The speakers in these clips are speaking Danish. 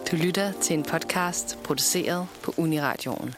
Du lytter til en podcast produceret på Uniradioen.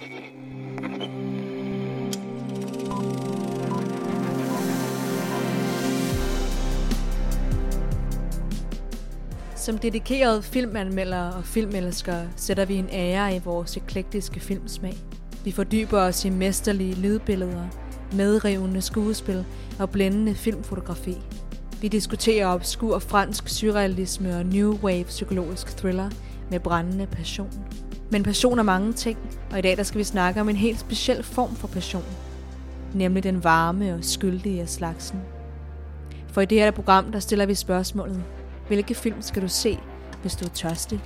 Som dedikerede filmanmeldere og filmelskere sætter vi en ære i vores eklektiske filmsmag. Vi fordyber os i mesterlige lydbilleder, medrivende skuespil og blændende filmfotografi. Vi diskuterer obskur fransk surrealisme og new wave psykologisk thriller med brændende passion. Men passion er mange ting, og i dag der skal vi snakke om en helt speciel form for passion. Nemlig den varme og skyldige af slagsen. For i det her program, der stiller vi spørgsmålet: hvilke film skal du se, hvis du er tørstig?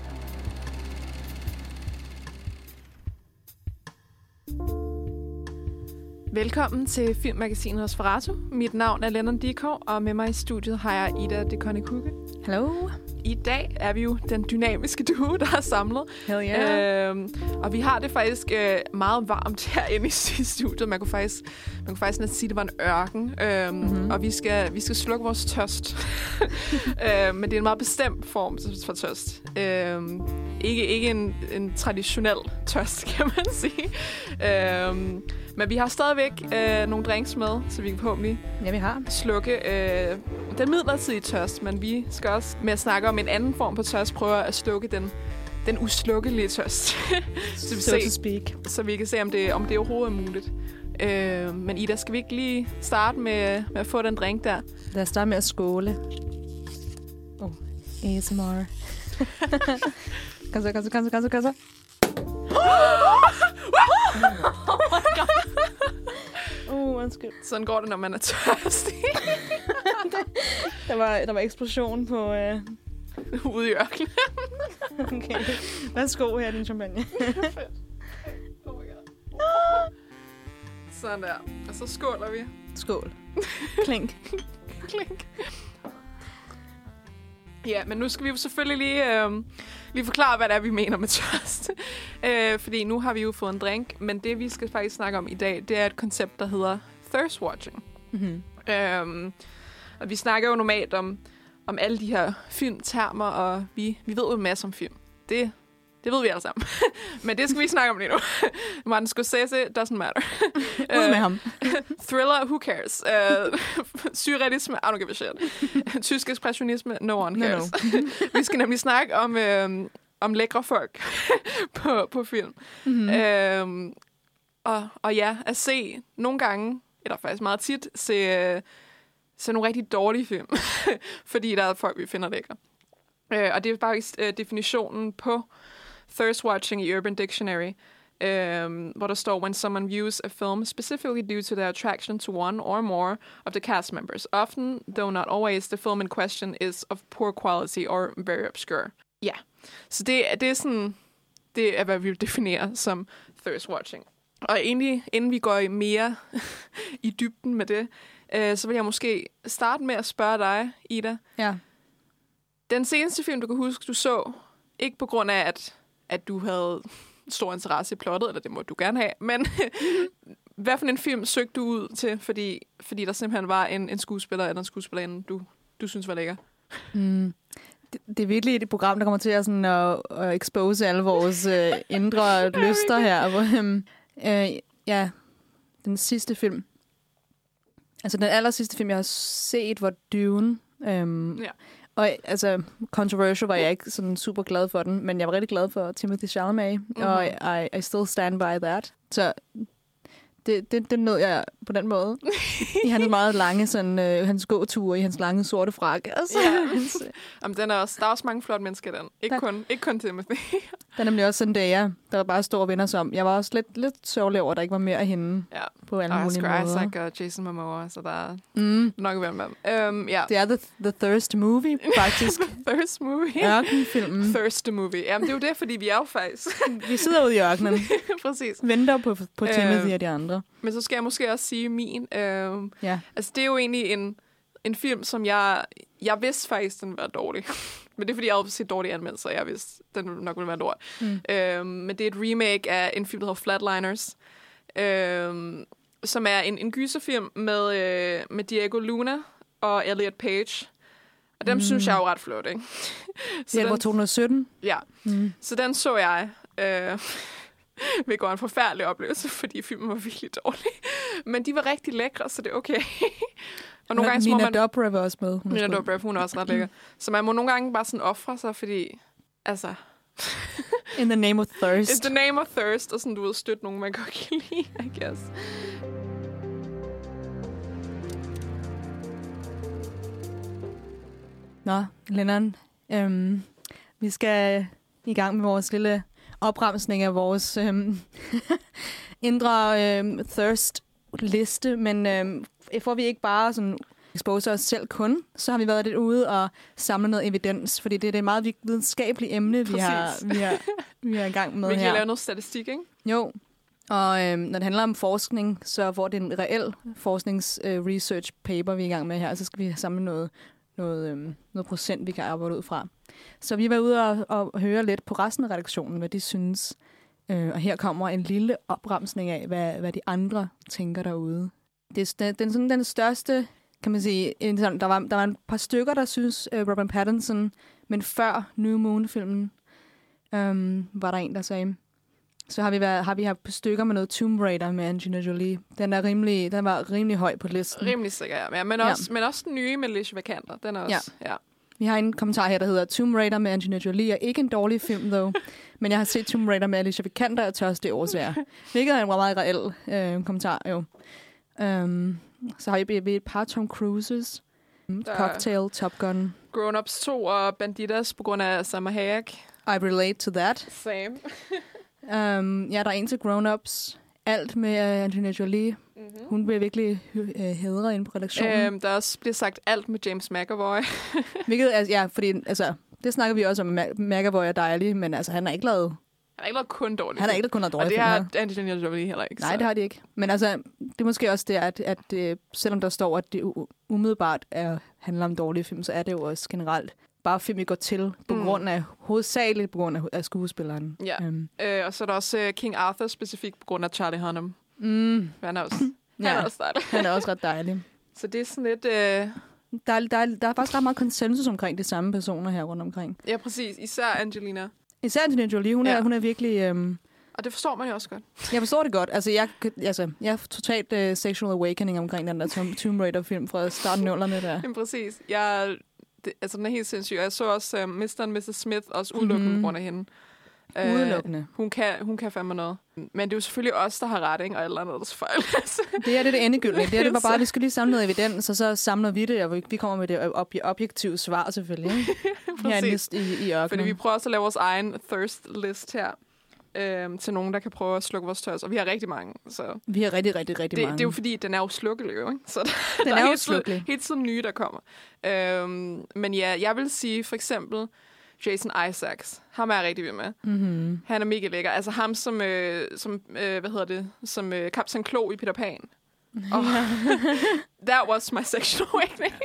Velkommen til Filmmagasinet Nosferatu. Mit navn er Lennon Dikov, og med mig i studiet har jeg Ida de Konikuke. Hallo. I dag er vi jo den dynamiske duo, der er samlet. Hell yeah. Og vi har det faktisk meget varmt herinde i studiet. Man kunne faktisk næsten sige, at det var en ørken. Og vi skal slukke vores tørst. Men det er en meget bestemt form for tørst. Ikke en traditionel tørst, kan man sige. Men vi har stadigvæk nogle drinks med, så vi kan forhåbentlig slukke den midlertidige tørst. Men vi skal også med at snakke om en anden form for tørst, prøve at slukke den uslukkelige tørst. Så vi kan se, om det overhovedet er muligt. Men Ida, skal vi ikke lige starte med at få den drink der? Lad os starte med at skåle. ASMR. Kom så. Undskyld. Sådan går det, når man er tørstig. der var eksplosion på... Ude i ørkenen. Okay. Værsgo, her er din champagne. Oh my god. Sådan der. Og så skåler vi. Skål. Klink. Klink. Ja, men nu skal vi jo selvfølgelig lige forklare, hvad det er, vi mener med tørst. Fordi nu har vi jo fået en drink, men det, vi skal faktisk snakke om i dag, det er et koncept, der hedder thirst watching. Mm-hmm. Og vi snakker jo normalt om alle de her filmtermer, og vi ved jo en masse om film. Det ved vi alle sammen. Men det skal vi snakke om lige nu. Martin Scorsese, doesn't matter. Ud med ham. Thriller, who cares? Surrealisme, I don't give a shit. Tysk ekspressionisme, no one cares. No. Vi skal nemlig snakke om lækre folk på film. Mm-hmm. Og ja, at se nogle gange, eller faktisk meget tit, se nogle rigtig dårlige film. Fordi der er folk, vi finder lækre. Og det er faktisk definitionen på thirst watching i Urban Dictionary, hvor der står: when someone views a film specifically due to their attraction to one or more of the cast members. Often, though not always, the film in question is of poor quality or very obscure. Ja, så det er sådan, det er, hvad vi definerer som thirst watching. Og egentlig, inden vi går mere i dybden med det, så vil jeg måske starte med at spørge dig, Ida. Ja. Den seneste film, du kan huske, du så, ikke på grund af, at du havde stor interesse i plottet, eller det må du gerne have, men hvad for en film søgte du ud til, fordi der simpelthen var en skuespiller eller en skuespillerinde, du synes var lækker? Det er virkelig et program, der kommer til at expose alle vores indre lyster her. Ja, den sidste film. Altså den aller sidste film, jeg har set, var Dune. Ja. Og altså, controversial var jeg ikke sådan super glad for den, men jeg var rigtig glad for Timothée Chalamet, og I still stand by that. Så det nød jeg på den måde. I hans meget lange, sådan, hans gåture i hans lange sorte frak. Altså. Ja. Jamen, der er også mange flotte mennesker i den. Ikke kun Timothy. Der er nemlig også Zendaya, der var bare store venner som. Jeg var også lidt sørgelig over, at der ikke var mere af hende på alle mulige måder. Og Isaac og Jason Momoa, så der er nok være med dem. Det er the Thirst Movie, faktisk. Thirst Movie? Ørkenfilmen. Thirst Movie. Jamen, det er jo det, fordi vi er jo faktisk... vi sidder ude i ørkenen. Præcis. Venter på Timothy og de andre. Men så skal jeg måske også sige min. Altså, det er jo egentlig en film, som jeg vidste faktisk, den var dårlig. Men det er, fordi jeg har set dårlige anmeldelser, og jeg vidste, den nok ville være dårlig. Men det er et remake af en film, der hedder Flatliners, som er en gyserfilm med Diego Luna og Elliot Page. Og dem synes jeg er jo ret flot, ikke? Det er 2017? Ja. Så den så jeg. Det var en forfærdelig oplevelse, fordi filmen var virkelig dårlig. Men de var rigtig lækre, så det er okay. Og nogle gange, Nina Dobrev var også med. Nina Dobrev, hun er også ret lækker. Så man må nogle gange bare sådan ofre sig, fordi... Altså... In the name of thirst. In the name of thirst, og sådan, du ved, støtte nogen, man godt kan lide, I guess. Nå, Lennon. Vi skal i gang med vores lille opremsning af vores indre thirst-liste, men får vi ikke bare sådan expose os selv kun, så har vi været lidt ude og samle noget evidens, fordi det er et meget videnskabeligt emne, vi er i gang med her. Vi kan lave noget statistik, ikke? Jo, og når det handler om forskning, så hvor det er en reel forsknings-research paper, vi er i gang med her, så skal vi samle noget procent, vi kan arbejde ud fra. Så vi var ude og høre lidt på resten af redaktionen, hvad de synes. Og her kommer en lille opremsning af, hvad de andre tænker derude. Det er den største, kan man sige, der var en par stykker, der synes Robert Pattinson, men før New Moon-filmen var der en, der sagde. Så har vi haft stykker med noget Tomb Raider med Angelina Jolie. Den var rimelig høj på listen. Rimelig sikker, ja. Men også den nye med Alicia Vikander. Den er også, ja. Vi har en kommentar her, der hedder Tomb Raider med Angelina Jolie er ikke en dårlig film, dog. Men jeg har set Tomb Raider med Alicia Vikander og tørste årsager. Hvilket er en meget reel kommentar, jo. Så har vi et par Tom Cruises. Cocktail, Top Gun. Grown Ups 2 og Banditas på grund af Salma Hayek. I relate to that. Same. Der er en til Grown Ups. Alt med Angelina Jolie. Mm-hmm. Hun bliver virkelig hædret inde på redaktionen. Der også bliver sagt alt med James McAvoy. Hvilket, fordi det snakker vi også om. McAvoy er dejlig, men han har ikke lavet... Han har ikke lavet kun dårligt. Han har ikke kun lavet dårligt. Og det har Angelina Jolie heller ikke. Nej, det har de ikke. Men det er måske også det, at selvom der står, at det umiddelbart handler om dårlige film, så er det jo også generelt bare film, vi går til hovedsageligt på grund af skuespilleren. Ja. Og så er der også King Arthur specifikt på grund af Charlie Hunnam. Han er også dejlig. Han er også ret dejlig. Så det er sådan lidt... Der er faktisk ret meget konsensus omkring de samme personer her rundt omkring. Ja, præcis. Især Angelina. Især Angelina Jolie. Hun er virkelig... Og det forstår man jo også godt. Jeg forstår det godt. Jeg er totalt sexual awakening omkring den der Tomb Raider-film fra starten af 00'erne der. Jamen, præcis. Den er helt sindssyg. Jeg så også Mr. og Mrs. Smith også udelukkende på grund af hende. Udelukkende. Hun kan fandme noget. Men det er jo selvfølgelig os, der har ret, ikke? Og alle andre, der fejl. Det er det endegyldige. Det var bare, vi skulle lige samle noget evidens, og så samler vi det, og vi kommer med det objektive svar selvfølgelig. Præcis. I ørkenen. Fordi vi prøver også at lave vores egen thirst list her. Til nogen, der kan prøve at slukke vores tørst. Og vi har rigtig mange. Så. Vi har rigtig mange. Det er jo fordi, den er jo slukkelig, ikke? Så den er jo slukkelig. Helt tiden nye, der kommer. Men ja, jeg vil sige for eksempel Jason Isaacs. Ham er jeg rigtig vild med. Mm-hmm. Han er mega lækker. Altså ham som Kaptajn Klo i Peter Pan. That was my sexual awakening.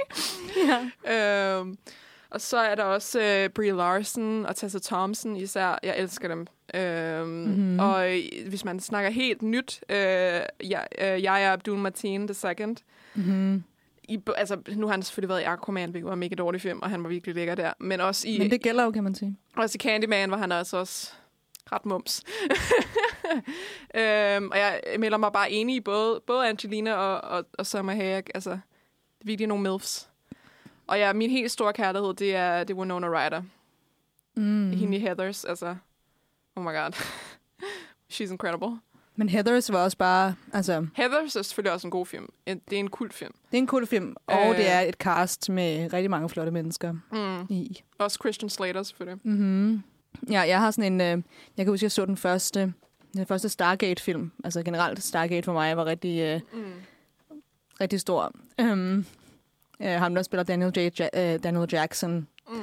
Og så er der også Brie Larson og Tessa Thompson især. Jeg elsker dem. Og hvis man snakker helt nyt, jeg er Abdul Mateen II. Mm-hmm. Nu har han selvfølgelig været i Aquaman, hvilket var en mega dårlig film, og han var virkelig lækker der. Men det gælder jo, kan man sige. Også i Candyman var han også ret mums. Og jeg melder mig bare enig i både Angelina og Salma Hayek. Altså, det er virkelig nogle MILFs. Og ja, min helt store kærlighed, det er Winona Ryder. Hende i Heathers, altså... Oh my god. She's incredible. Men Heathers var også bare... Heathers er selvfølgelig også en god film. Det er en kult film. Det er en kult film, og det er et cast med rigtig mange flotte mennesker i. Også Christian Slater selvfølgelig. Mm-hmm. Ja, jeg har sådan en... jeg kan huske, jeg så den første Stargate-film. Altså generelt, Stargate for mig var rigtig stor. Ham, der spiller Daniel Jackson.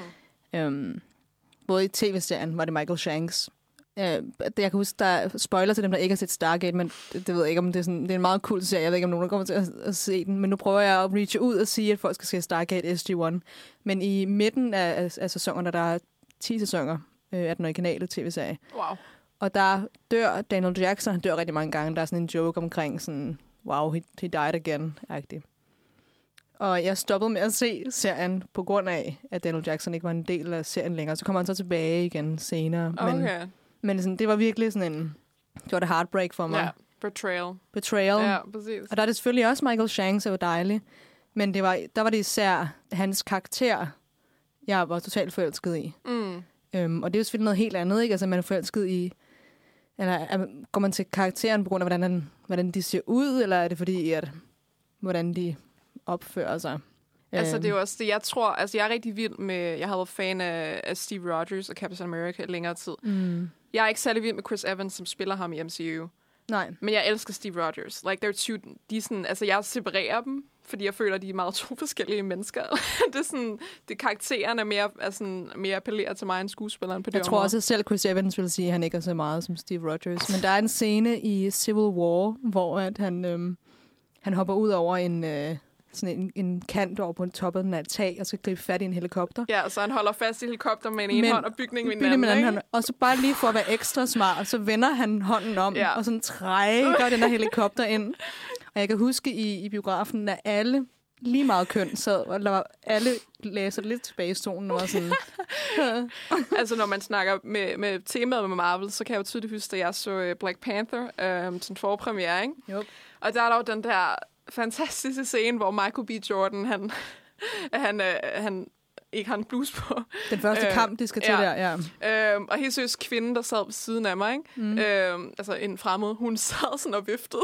Både i tv-serien var det Michael Shanks. Jeg kan huske, der er spoiler til dem, der ikke har set Stargate, men det ved jeg ikke, om det er sådan... Det er en meget cool serie. Jeg ved ikke, om nogen kommer til at se den. Men nu prøver jeg at reache ud og sige, at folk skal se Stargate SG-1. Men i midten af sæsonerne, der er 10 sæsoner af den originale tv-serie. Wow. Og der dør Daniel Jackson. Han dør rigtig mange gange. Der er sådan en joke omkring sådan... Wow, he died again-agtigt. Og jeg stoppede med at se serien på grund af, at Daniel Jackson ikke var en del af serien længere. Så kommer han så tilbage igen senere. Okay. Men sådan, det var virkelig sådan det var det heartbreak for mig. Ja, betrayal. Ja, præcis. Og der er det selvfølgelig også Michael Shanks, der var dejlig. Men der var det især hans karakter, jeg var totalt forelsket i. Og det er jo selvfølgelig noget helt andet, ikke? Altså, man er forelsket i... Eller går man til karakteren på grund af, hvordan de ser ud, eller er det fordi, hvordan de opfører sig? Altså, det er jo også det, jeg tror... Altså, jeg er rigtig vild med... Jeg har været fan af Steve Rogers og Captain America i længere tid. Jeg er ikke særlig vild med Chris Evans, som spiller ham i MCU. Nej. Men jeg elsker Steve Rogers. Like, de er sådan... Altså, jeg separerer dem, fordi jeg føler, at de er meget to forskellige mennesker. Det er sådan... Karakteren er mere appellerer til mig end skuespilleren på det. Jeg tror også, at selv Chris Evans vil sige, at han ikke er så meget som Steve Rogers. Men der er en scene i Civil War, hvor at han hopper ud over en kant over på toppen af et tag, og skal gribe fat i en helikopter. Ja, så han holder fast i helikopter med en hånd og bygningen med en anden. Og så bare lige for at være ekstra smart, så vender han hånden om, og sådan trækker den der helikopter ind. Og jeg kan huske i biografen, at alle lige meget køn sad, og alle læser lidt tilbage i stolen og var sådan... Altså, når man snakker med temaet med Marvel, så kan jeg jo tydeligt huske, at jeg så Black Panther til forpremiere, ikke? Jo. Og der er der jo den der fantastiske scene, hvor Michael B. Jordan, han ikke har en bluse på. Den første kamp, de skal til der, ja. Og helt seriøst kvinden, der sad ved siden af mig, ikke? Altså en fremmed, hun sad sådan og viftede.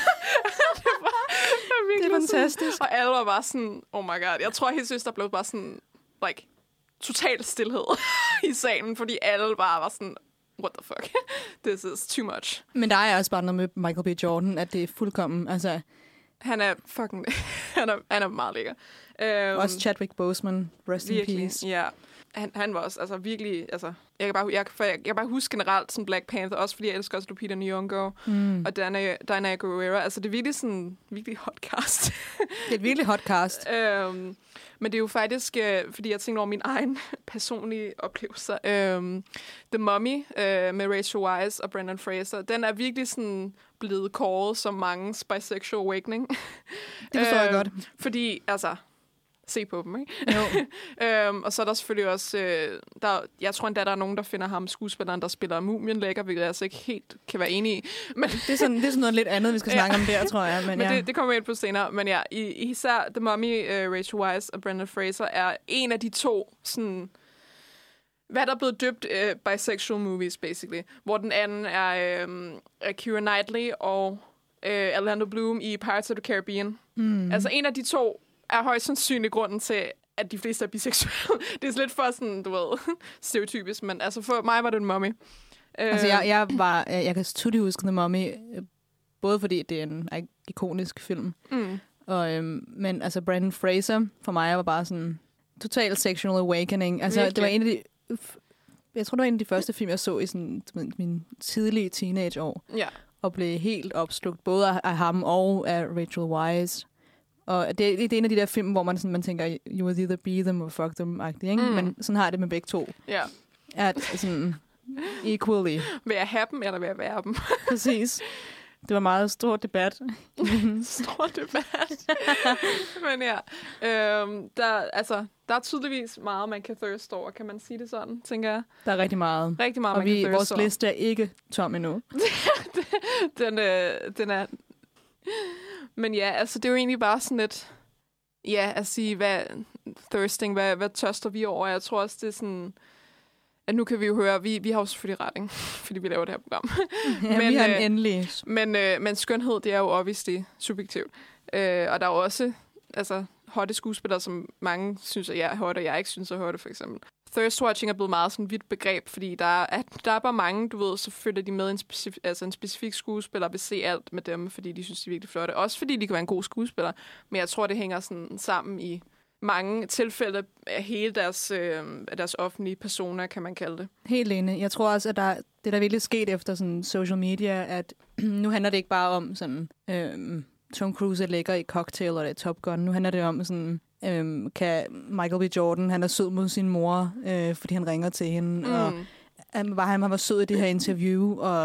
Det er fantastisk. Sådan, og alle var bare sådan, oh my god. Jeg tror helt seriøst, der blev bare sådan, like, total stillhed i salen, fordi alle bare var sådan, what the fuck? This is too much. Men der er også bare noget med Michael B. Jordan, at det er fuldkommen, altså... Han er fucking... han er meget lækker. Også Chadwick Boseman, rest virkelig, in peace. Ja. Han var også altså virkelig... Altså, jeg kan bare huske generelt sådan Black Panther, også fordi jeg elsker også Lupita Nyong'o og Diana Guerrero. Altså, det er virkelig sådan... Virkelig hot cast. Det er et virkelig hot cast. Men det er jo faktisk, fordi jeg tænker over min egen personlige oplevelser. The Mummy med Rachel Weisz og Brendan Fraser, den er virkelig sådan blevet kåret som mangens bisexual awakening. Det forstår jeg godt. Fordi, altså... Se på dem, ikke? Jo. Og så er der selvfølgelig også... jeg tror endda, der er nogen, der finder ham skuespilleren, der spiller Mumien lækker, hvilket jeg altså ikke helt kan være enig i. Men det er sådan noget lidt andet, vi skal snakke om der, tror jeg. Men det kommer vi ind på senere. Men ja, især The Mummy, Rachel Weisz og Brendan Fraser er en af de to sådan... Hvad der er blevet døbt bisexual movies, basically. Hvor den anden er Keira Knightley og Orlando Bloom i Pirates of the Caribbean. Altså en af de to er højst sandsynlig grunden til, at de fleste er biseksuelle. Det er lidt for sådan, du ved, stereotypisk, men altså for mig var det en Mummy. Altså jeg kan tydeligt huske The Mummy, både fordi det er en ikonisk film, og, men altså Brendan Fraser for mig var bare sådan total sexual awakening. Altså virkelig. Det var en af de... Jeg tror, det var en af de første film, jeg så i sådan, min tidlige teenageår. Ja. Og blev helt opslugt, både af ham og af Rachel Weisz. Og det er en af de der film, hvor man tænker, you will either be them or fuck them-agtigt, ikke? Men sådan har jeg det med begge to. Ja. At sådan equally. Vil jeg have dem, eller vil jeg være dem? Præcis. Det var meget stor debat. Stor debat. Men ja, der er tydeligvis meget, man kan thirst over. Kan man sige det sådan, tænker jeg? Der er rigtig meget. Rigtig meget, og man kan thirst vores over. liste er ikke tom endnu. den er... Men ja, altså det er jo egentlig bare sådan lidt... Ja, at sige, hvad tørster vi over? Jeg tror også, det er sådan... At nu kan vi jo høre, vi har jo selvfølgelig ret, ikke? Fordi vi laver det her program. Ja, men, vi har en endelig. Men skønhed, det er jo obviously subjektivt. Og der er jo også hotte skuespillere, som mange synes, at jeg er hotte, og jeg ikke synes er hotte, for eksempel. Thirst-watching er blevet meget sådan et vidt begreb, fordi der er bare mange, du ved, så følger de med en specifik skuespiller og vil se alt med dem, fordi de synes, de er virkelig flotte. Også fordi de kan være en god skuespiller, men jeg tror, det hænger sådan sammen i mange tilfælde af hele deres offentlige persona, kan man kalde det. Helt enig. Jeg tror også, at det der virkelig sket efter sådan social media, at nu handler det ikke bare om sådan... Tom Cruise er lækker i Cocktail og det er Top Gun. Nu handler det om sådan... kan Michael B. Jordan, han er sød mod sin mor, fordi han ringer til hende, og han var sød i det her interview, og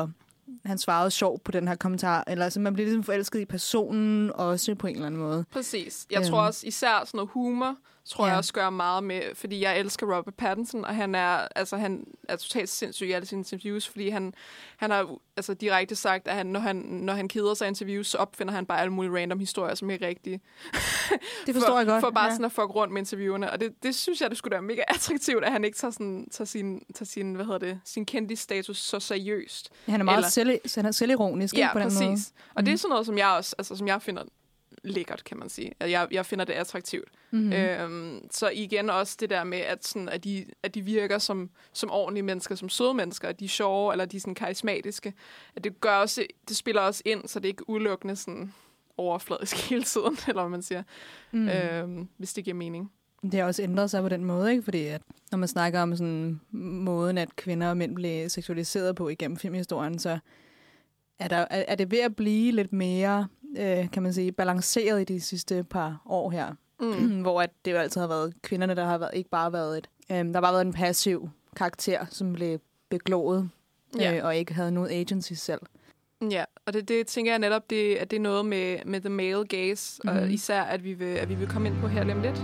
han svarede sjov på den her kommentar. Eller altså, man bliver ligesom forelsket i personen også på en eller anden måde. Præcis. Jeg tror også især sådan noget humor, tror jeg også gør meget med, fordi jeg elsker Robert Pattinson, og han er totalt sindssyg i alle sine interviews, fordi han har altså direkte sagt, at når han keder sig i interviews, så opfinder han bare alle mulige random historier, som er rigtige. Det forstår jeg godt. For bare sådan at fuck rundt med interviewerne, og det synes jeg, det skulle være mega attraktivt, at han ikke tager sin kendis-status så seriøst. Han er meget selvironisk på den måde. Ja, præcis. Og det er sådan noget, som jeg også, altså som jeg finder lækkert, kan man sige. Jeg finder det attraktivt. Så igen også det der med, at de virker som ordentlige mennesker, som søde mennesker, at de er sjove, eller de er sådan karismatiske. At det spiller også ind, så det ikke udelukkende sådan overfladisk hele tiden, eller hvad man siger. Hvis det giver mening. Det har også ændret sig på den måde, ikke? Fordi at når man snakker om sådan måden, at kvinder og mænd bliver seksualiseret på igennem filmhistorien, så er det ved at blive lidt mere, kan man sige, balanceret i de sidste par år her. Hvor at det jo altid har været kvinderne, der har været, ikke bare været der har bare været en passiv karakter, som blev beglået, og ikke havde noget agency selv. Ja, og det tænker jeg netop, at det er noget med the male gaze, og især at vi vil komme ind på her lige om lidt.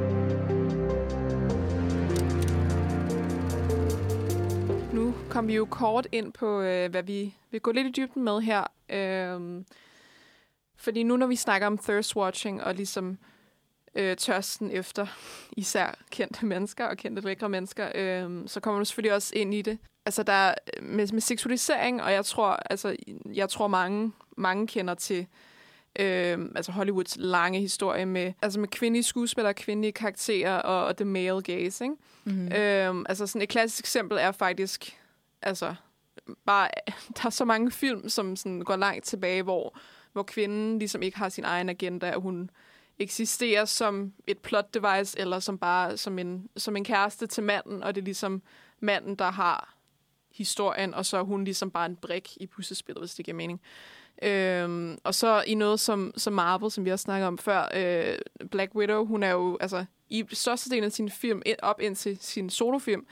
Nu kom vi jo kort ind på, hvad vi vil gå lidt i dybden med her. Fordi nu, når vi snakker om thirst watching, og ligesom tørsten efter især kendte mennesker og kendte lækre mennesker, så kommer du selvfølgelig også ind i det. Altså, der er med seksualisering, og jeg tror mange kender til Hollywoods lange historie med kvindelige skuespillere, kvindelige karakterer og the male gaze, ikke? Sådan et klassisk eksempel er faktisk, bare, der er så mange film, som sådan går langt tilbage, hvor kvinden ligesom ikke har sin egen agenda, og hun eksisterer som et plot device, eller som en kæreste til manden, og det er ligesom manden, der har historien, og så er hun ligesom bare en brik i puslespillet, hvis det giver mening. Og så i noget som Marvel, som vi også snakkede om før, Black Widow, hun er jo i størstedelen af sin film, op indtil sin solofilm,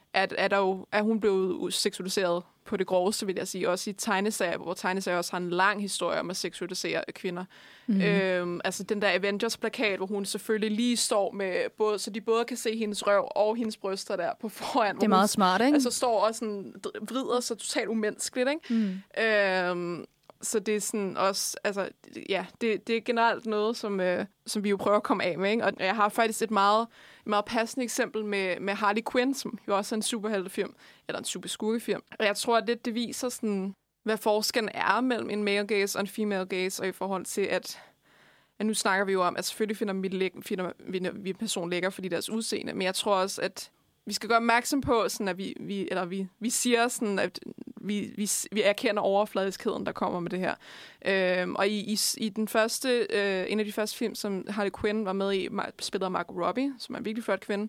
er hun blevet seksualiseret på det groveste, vil jeg sige. Også i tegneserier, hvor tegneserier også har en lang historie om at seksualisere kvinder. Den der Avengers-plakat, hvor hun selvfølgelig lige står med så de både kan se hendes røv og hendes bryster der på foran. Det er meget smart, ikke? Altså står og sådan vrider sig totalt umenneskeligt, ikke? Så det er sådan også, det er generelt noget, som vi jo prøver at komme af med, ikke? Og jeg har faktisk et meget passende eksempel med Harley Quinn, som jo også er en superheltefilm, eller en superskurkefilm. Og jeg tror, at det viser sådan, hvad forskellen er mellem en male gaze og en female gaze, og i forhold til, at nu snakker vi jo om, at selvfølgelig finder vi en person lækker, fordi deres udseende, men jeg tror også, at vi skal gøre opmærksom på, sådan at vi siger sådan, at vi erkender overfladiskheden, der kommer med det her. Og i den første, en af de første film, som Harley Quinn var med i, spiller Margot Robbie, som er en virkelig flot kvinde.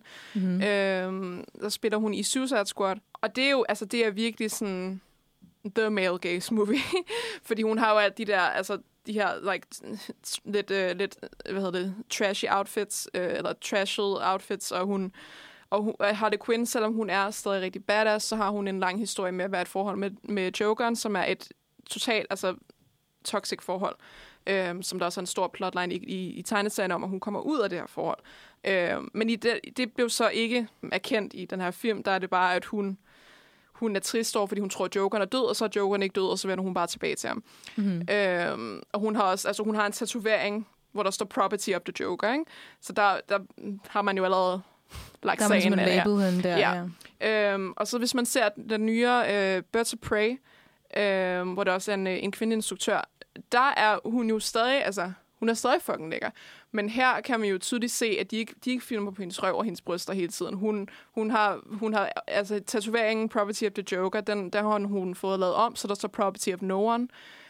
Der spiller hun i Suicide Squad. Og det er jo, det er virkelig sådan the male gaze movie. Fordi hun har jo alt de der, de her lidt trashy outfits, eller trashel outfits, og Harley Quinn, selvom hun er stadig rigtig badass, så har hun en lang historie med at være et forhold med Jokeren, som er et totalt toxic forhold, som der også er en stor plotline i tegneserien om, at hun kommer ud af det her forhold. Men det blev så ikke erkendt i den her film. Der er det bare, at hun er trist over, fordi hun tror, at Jokeren er død, og så er Jokeren ikke død, og så vender hun bare tilbage til ham. Og hun har også, hun har en tatovering, hvor der står property of the Joker, ikke? Så der har man jo allerede lagt der sagen af label der. Ja. Og så hvis man ser den nye Birds of Prey, hvor der også er en kvindelig instruktør, der er hun jo stadig, hun er stadig fucking lækker. Men her kan man jo tydeligt se, at de ikke filmer på hendes røv og hendes bryster hele tiden. Hun har tatoveringen Property of the Joker, der har hun fået lavet om, så der står Property of No One.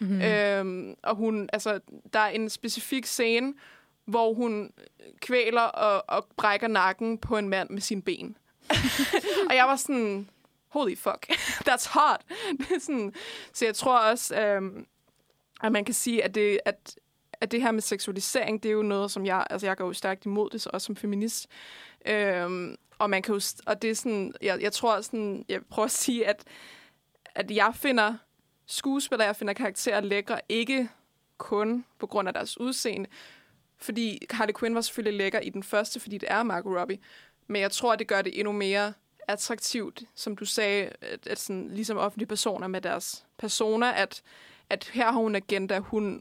Og der er en specifik scene, hvor hun kvæler og brækker nakken på en mand med sine ben. Og jeg var sådan, holy fuck, that's hot. Det er sådan, så jeg tror også, at man kan sige, at det her med seksualisering, det er jo noget, som jeg går jo stærkt imod det, også som feminist. Og man kan jo, og det er sådan, jeg tror sådan, jeg prøver at sige, at jeg finder skuespillere, jeg finder karakterer lækre, ikke kun på grund af deres udseende. Fordi Harley Quinn var selvfølgelig lækker i den første, fordi det er Margot Robbie. Men jeg tror, at det gør det endnu mere attraktivt, som du sagde, at sådan, ligesom offentlige personer med deres personer, at her har hun en agenda,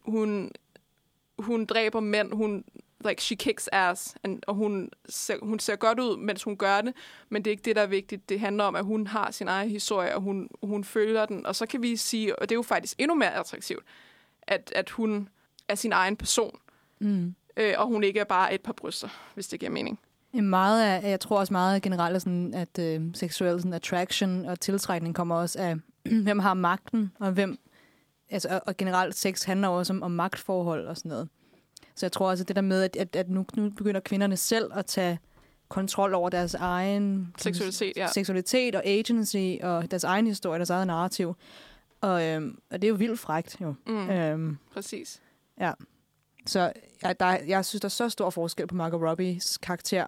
hun dræber mænd, she kicks ass, og hun ser godt ud, mens hun gør det, men det er ikke det, der er vigtigt. Det handler om, at hun har sin egen historie, og hun følger den, og så kan vi sige, og det er jo faktisk endnu mere attraktivt, at hun er sin egen person, og hun ikke er bare et par bryster, hvis det giver mening. Jeg tror også meget generelt, sådan, at seksuel sådan, attraction og tiltrækning kommer også af, hvem har magten, og hvem. Altså, og generelt sex handler også om magtforhold og sådan noget. Så jeg tror også, at det der med, at nu begynder kvinderne selv at tage kontrol over deres egen seksualitet og agency, og deres egen historie, deres eget narrativ. Og det er jo vildt frækt, jo. Præcis. Ja. Så jeg synes, der er så stor forskel på Margot Robbies karakter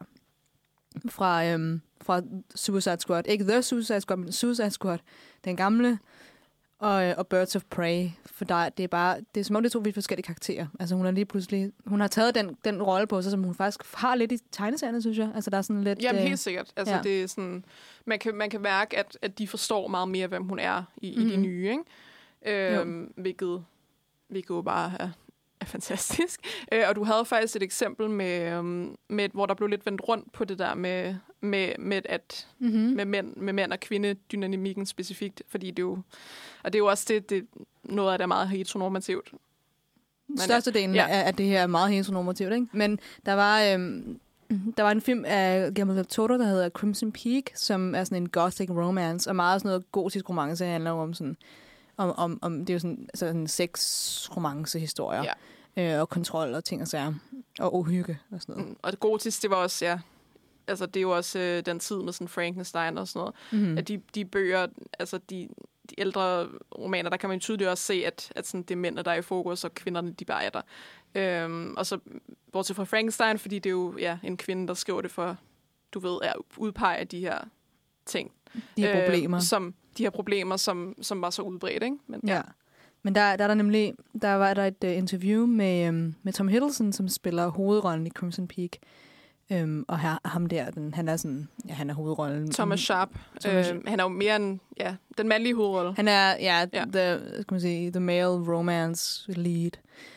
fra Suicide Squad. Ikke The Suicide Squad, men Suicide Squad. Den gamle. Og Birds of Prey. For det er som om, det er to vidt forskellige karakterer. Altså hun har taget den rolle på sig, som hun faktisk har lidt i tegneserierne, synes jeg. Altså der er sådan lidt... Jamen helt sikkert. Altså det er sådan... Man kan mærke, at de forstår meget mere, hvem hun er i de nye, ikke? Hvilket jo bare er fantastisk. Og du havde faktisk et eksempel med hvor der blev lidt vendt rundt på det der med mænd og kvindedynamikken specifikt, fordi det jo, og det er jo også det noget af det er meget heteronormativt. Størstedelen af det her er meget heteronormativt, ikke? Men der var en film af Guillermo del Toro, der hedder Crimson Peak, som er sådan en gothic romance, og meget sådan noget gotisk romance, handler om sådan om det er jo sådan en sex-romance-historier. Ja. Og kontrol og ting og sager. Og uhygge og sådan noget. Og det gotisk, det var også, altså det er jo også den tid med sådan Frankenstein og sådan noget. Mm-hmm. At de bøger, altså de ældre romaner, der kan man tydeligt også se, at sådan, det er mændene, der er i fokus, og kvinderne, de bare er der. Og så bortset fra Frankenstein, fordi det er jo en kvinde, der skriver det for, du ved, at udpege de her ting. De her problemer, som var så udbredt, ikke? Men der var der et interview med Tom Hiddleston, som spiller hovedrollen i Crimson Peak. Og ham der, han er hovedrollen. Thomas Sharp. Han er jo mere en, den mandlige hovedrolle. Han er, the male romance lead.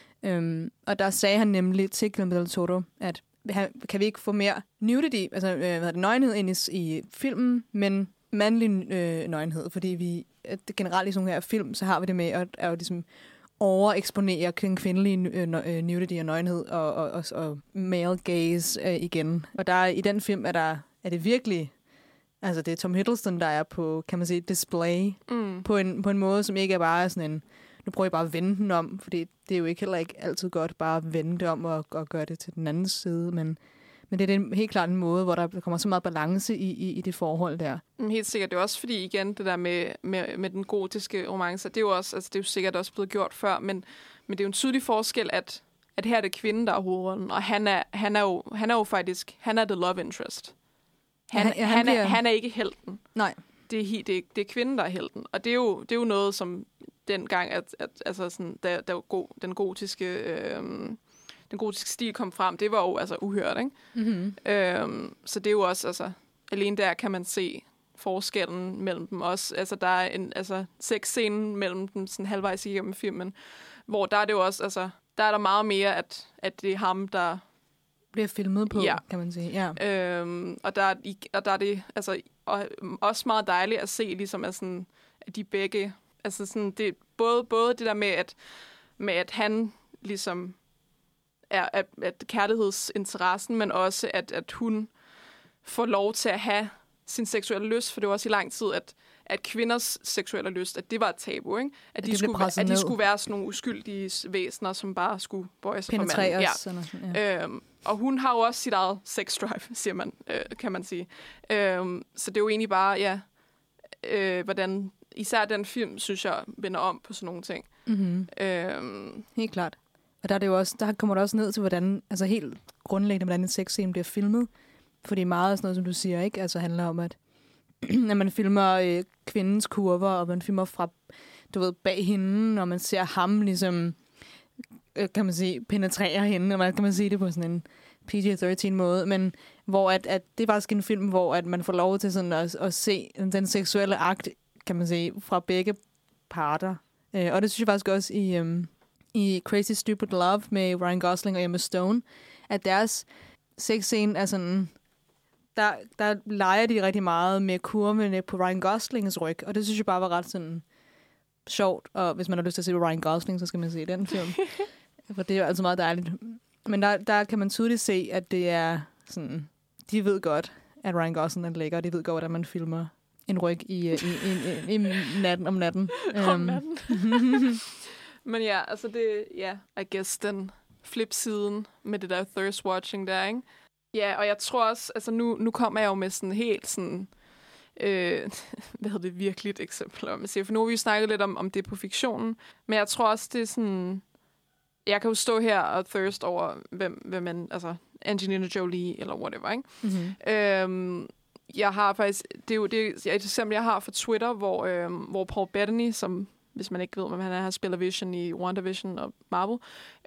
Og der sagde han nemlig til Guillermo del Toro, at kan vi ikke få mere nudity, altså nøgenhed ind i filmen, men mandlig nøgenhed, fordi generelt i sådan her film, så har vi det med at jo ligesom overeksponere kvindelige nudity og nøgenhed og male gaze igen. Og der i den film er det virkelig, altså det er Tom Hiddleston, der er på, kan man sige, display på en måde, som ikke er bare sådan en, nu prøver jeg bare at vende den om, fordi det er jo heller ikke altid godt bare at vende det om og gøre det til den anden side, men det er helt klart en måde, hvor der kommer så meget balance i det forhold der. Helt sikkert. Det er også fordi, igen, det der med den gotiske romance, det er jo også, altså det er jo sikkert også blevet gjort før, men det er jo en tydelig forskel, at her er det kvinden, der er hovedrollen, og han er jo faktisk, han er the love interest. Han er ikke helten. Nej. Det er kvinden, der er helten. Og det er jo noget, som dengang, at altså sådan, da den gotiske stil kom frem, det var jo altså uhørt, ikke? Mm-hmm. Så det er jo også, altså, alene der kan man se forskellen mellem dem også. Altså, der er en sexscene mellem dem sådan halvvejs igennem filmen, hvor der er det jo også, altså, der er der meget mere, at det er ham, der bliver filmet på, kan man sige. Ja. Og der er det, altså, og også meget dejligt at se, ligesom, at de begge, altså sådan, det både det der med at han ligesom er at kærlighedsinteressen, men også at hun får lov til at have sin seksuelle lyst, for det var også i lang tid, at kvinders seksuelle lyst, at det var et tabu, ikke? At de skulle være sådan nogle uskyldige væsener, som bare skulle bøje sig for manden. Ja. Og hun har jo også sit eget sex drive, siger man, kan man sige. Så det er jo egentlig bare, hvordan især den film, synes jeg, vender om på sådan nogle ting. Mm-hmm. Helt klart. Og der er det jo også, der kommer det også ned til, hvordan, altså helt grundlæggende, hvordan en sexscene bliver filmet. Fordi meget sådan noget, som du siger, ikke? Altså handler om, at man filmer kvindens kurver, og man filmer fra du ved, bag hende, og man ser ham ligesom, kan man sige, penetrere hende, og man kan man sige det på sådan en PG-13 måde, men hvor at det er faktisk en film, hvor at man får lov til sådan at se den seksuelle akt, kan man sige, fra begge parter. Og det synes jeg faktisk også i Crazy Stupid Love med Ryan Gosling og Emma Stone, at deres sexscene er sådan, der leger de rigtig meget med kurvene på Ryan Goslings ryg, og det synes jeg bare var ret sådan sjovt, og hvis man har lyst til at se Ryan Gosling, så skal man se den film. For det er jo altså meget dejligt. Men der kan man tydeligt se, at det er sådan, de ved godt, at Ryan Gosling er lækker, og de ved godt, at man filmer en ryg i natten om natten. Om natten. Men ja, altså det, I guess den flip-siden med det der thirst-watching der, ikke? Ja, og jeg tror også, altså nu kommer jeg jo med sådan helt sådan, hvad hedder det, virkelig et eksempel om at sige, for nu har vi jo snakket lidt om det på fiktionen, men jeg tror også, det er sådan, jeg kan jo stå her og thirst over, hvem man, altså Angelina Jolie eller whatever, ikke? Mm-hmm. Jeg har faktisk, det er jo et eksempel, jeg har fra Twitter, hvor Paul Bettany, som, hvis man ikke ved, hvem han er, han spiller Vision i WandaVision og Marvel,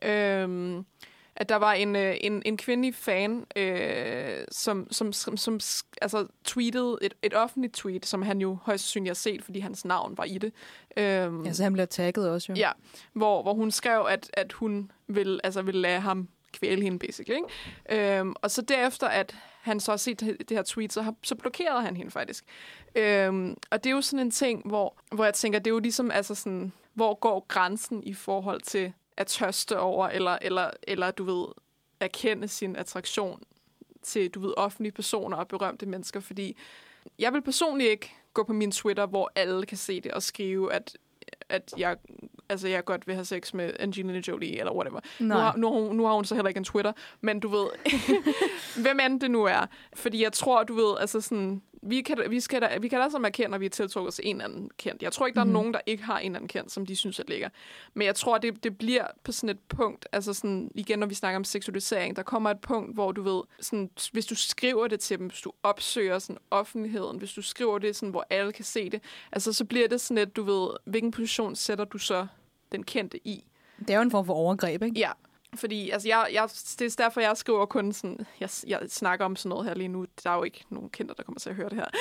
at der var en kvindelig fan, som altså tweetede et offentligt tweet, som han jo højst sandsynligt har set, fordi hans navn var i det. Ja, så han bliver tagget også jo. Ja, hvor hun skrev, at hun ville lade ham kvæle hende, basically. Ikke? Og så derefter, at han så har set det her tweet, så blokerede han hende faktisk. Og det er jo sådan en ting, hvor jeg tænker, det er jo ligesom, altså sådan, hvor går grænsen i forhold til at tørste over, eller du ved, erkende sin attraktion til, du ved, offentlige personer og berømte mennesker, fordi jeg vil personligt ikke gå på min Twitter, hvor alle kan se det og skrive, at jeg godt vil have sex med Angelina Jolie, eller whatever. Nu har hun så heller ikke en Twitter, men du ved, hvem end det nu er. Fordi jeg tror, du ved, altså sådan, vi kan da sammen erkende, at vi er tiltrukket til en eller anden kendt. Jeg tror ikke, der er nogen, der ikke har en eller anden kendt, som de synes er lækker. Men jeg tror, det bliver på sådan et punkt, altså sådan, igen, når vi snakker om seksualisering, der kommer et punkt, hvor du ved, sådan, hvis du skriver det til dem, hvis du opsøger sådan offentligheden, hvis du skriver det sådan, hvor alle kan se det, altså så bliver det sådan et, du ved, hvilken position sætter du så den kendte i? Det er jo en form for overgreb, ikke? Ja. Fordi altså, det er derfor, jeg skriver kun sådan, jeg snakker om sådan noget her lige nu. Der er jo ikke nogen kendte, der kommer til at høre det her.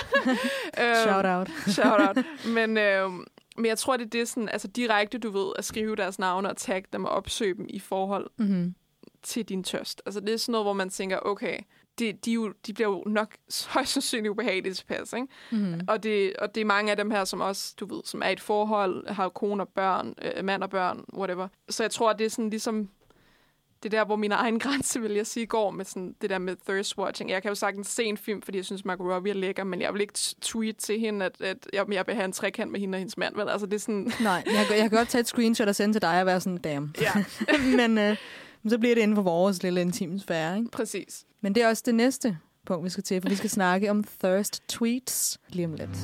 Shout out. Men jeg tror, det er sådan, altså direkte, du ved, at skrive deres navne og tagge dem og opsøge dem i forhold til din tørst. Altså det er sådan noget, hvor man tænker, okay, de bliver jo nok højst sandsynligt ubehageligt tilpas, ikke? Mm-hmm. Og det er mange af dem her, som også, du ved, som er i et forhold, har kone og børn, mand og børn, whatever. Så jeg tror, det er sådan ligesom, det der, hvor min egen grænse, vil jeg sige, går med sådan det der med thirst watching. Jeg kan jo sagtens se en film, fordi jeg synes, Margot Robbie er lækker, men jeg vil ikke tweet til hende, at jeg vil have en trekant med hende og hendes mand. Vel? Altså, det er sådan... Nej, jeg kan godt tage et screenshot og sende til dig og være sådan, damn. Ja. men så bliver det inden for vores lille intime sfære, ikke? Præcis. Men det er også det næste punkt, vi skal til, for vi skal snakke om thirst tweets lige om lidt.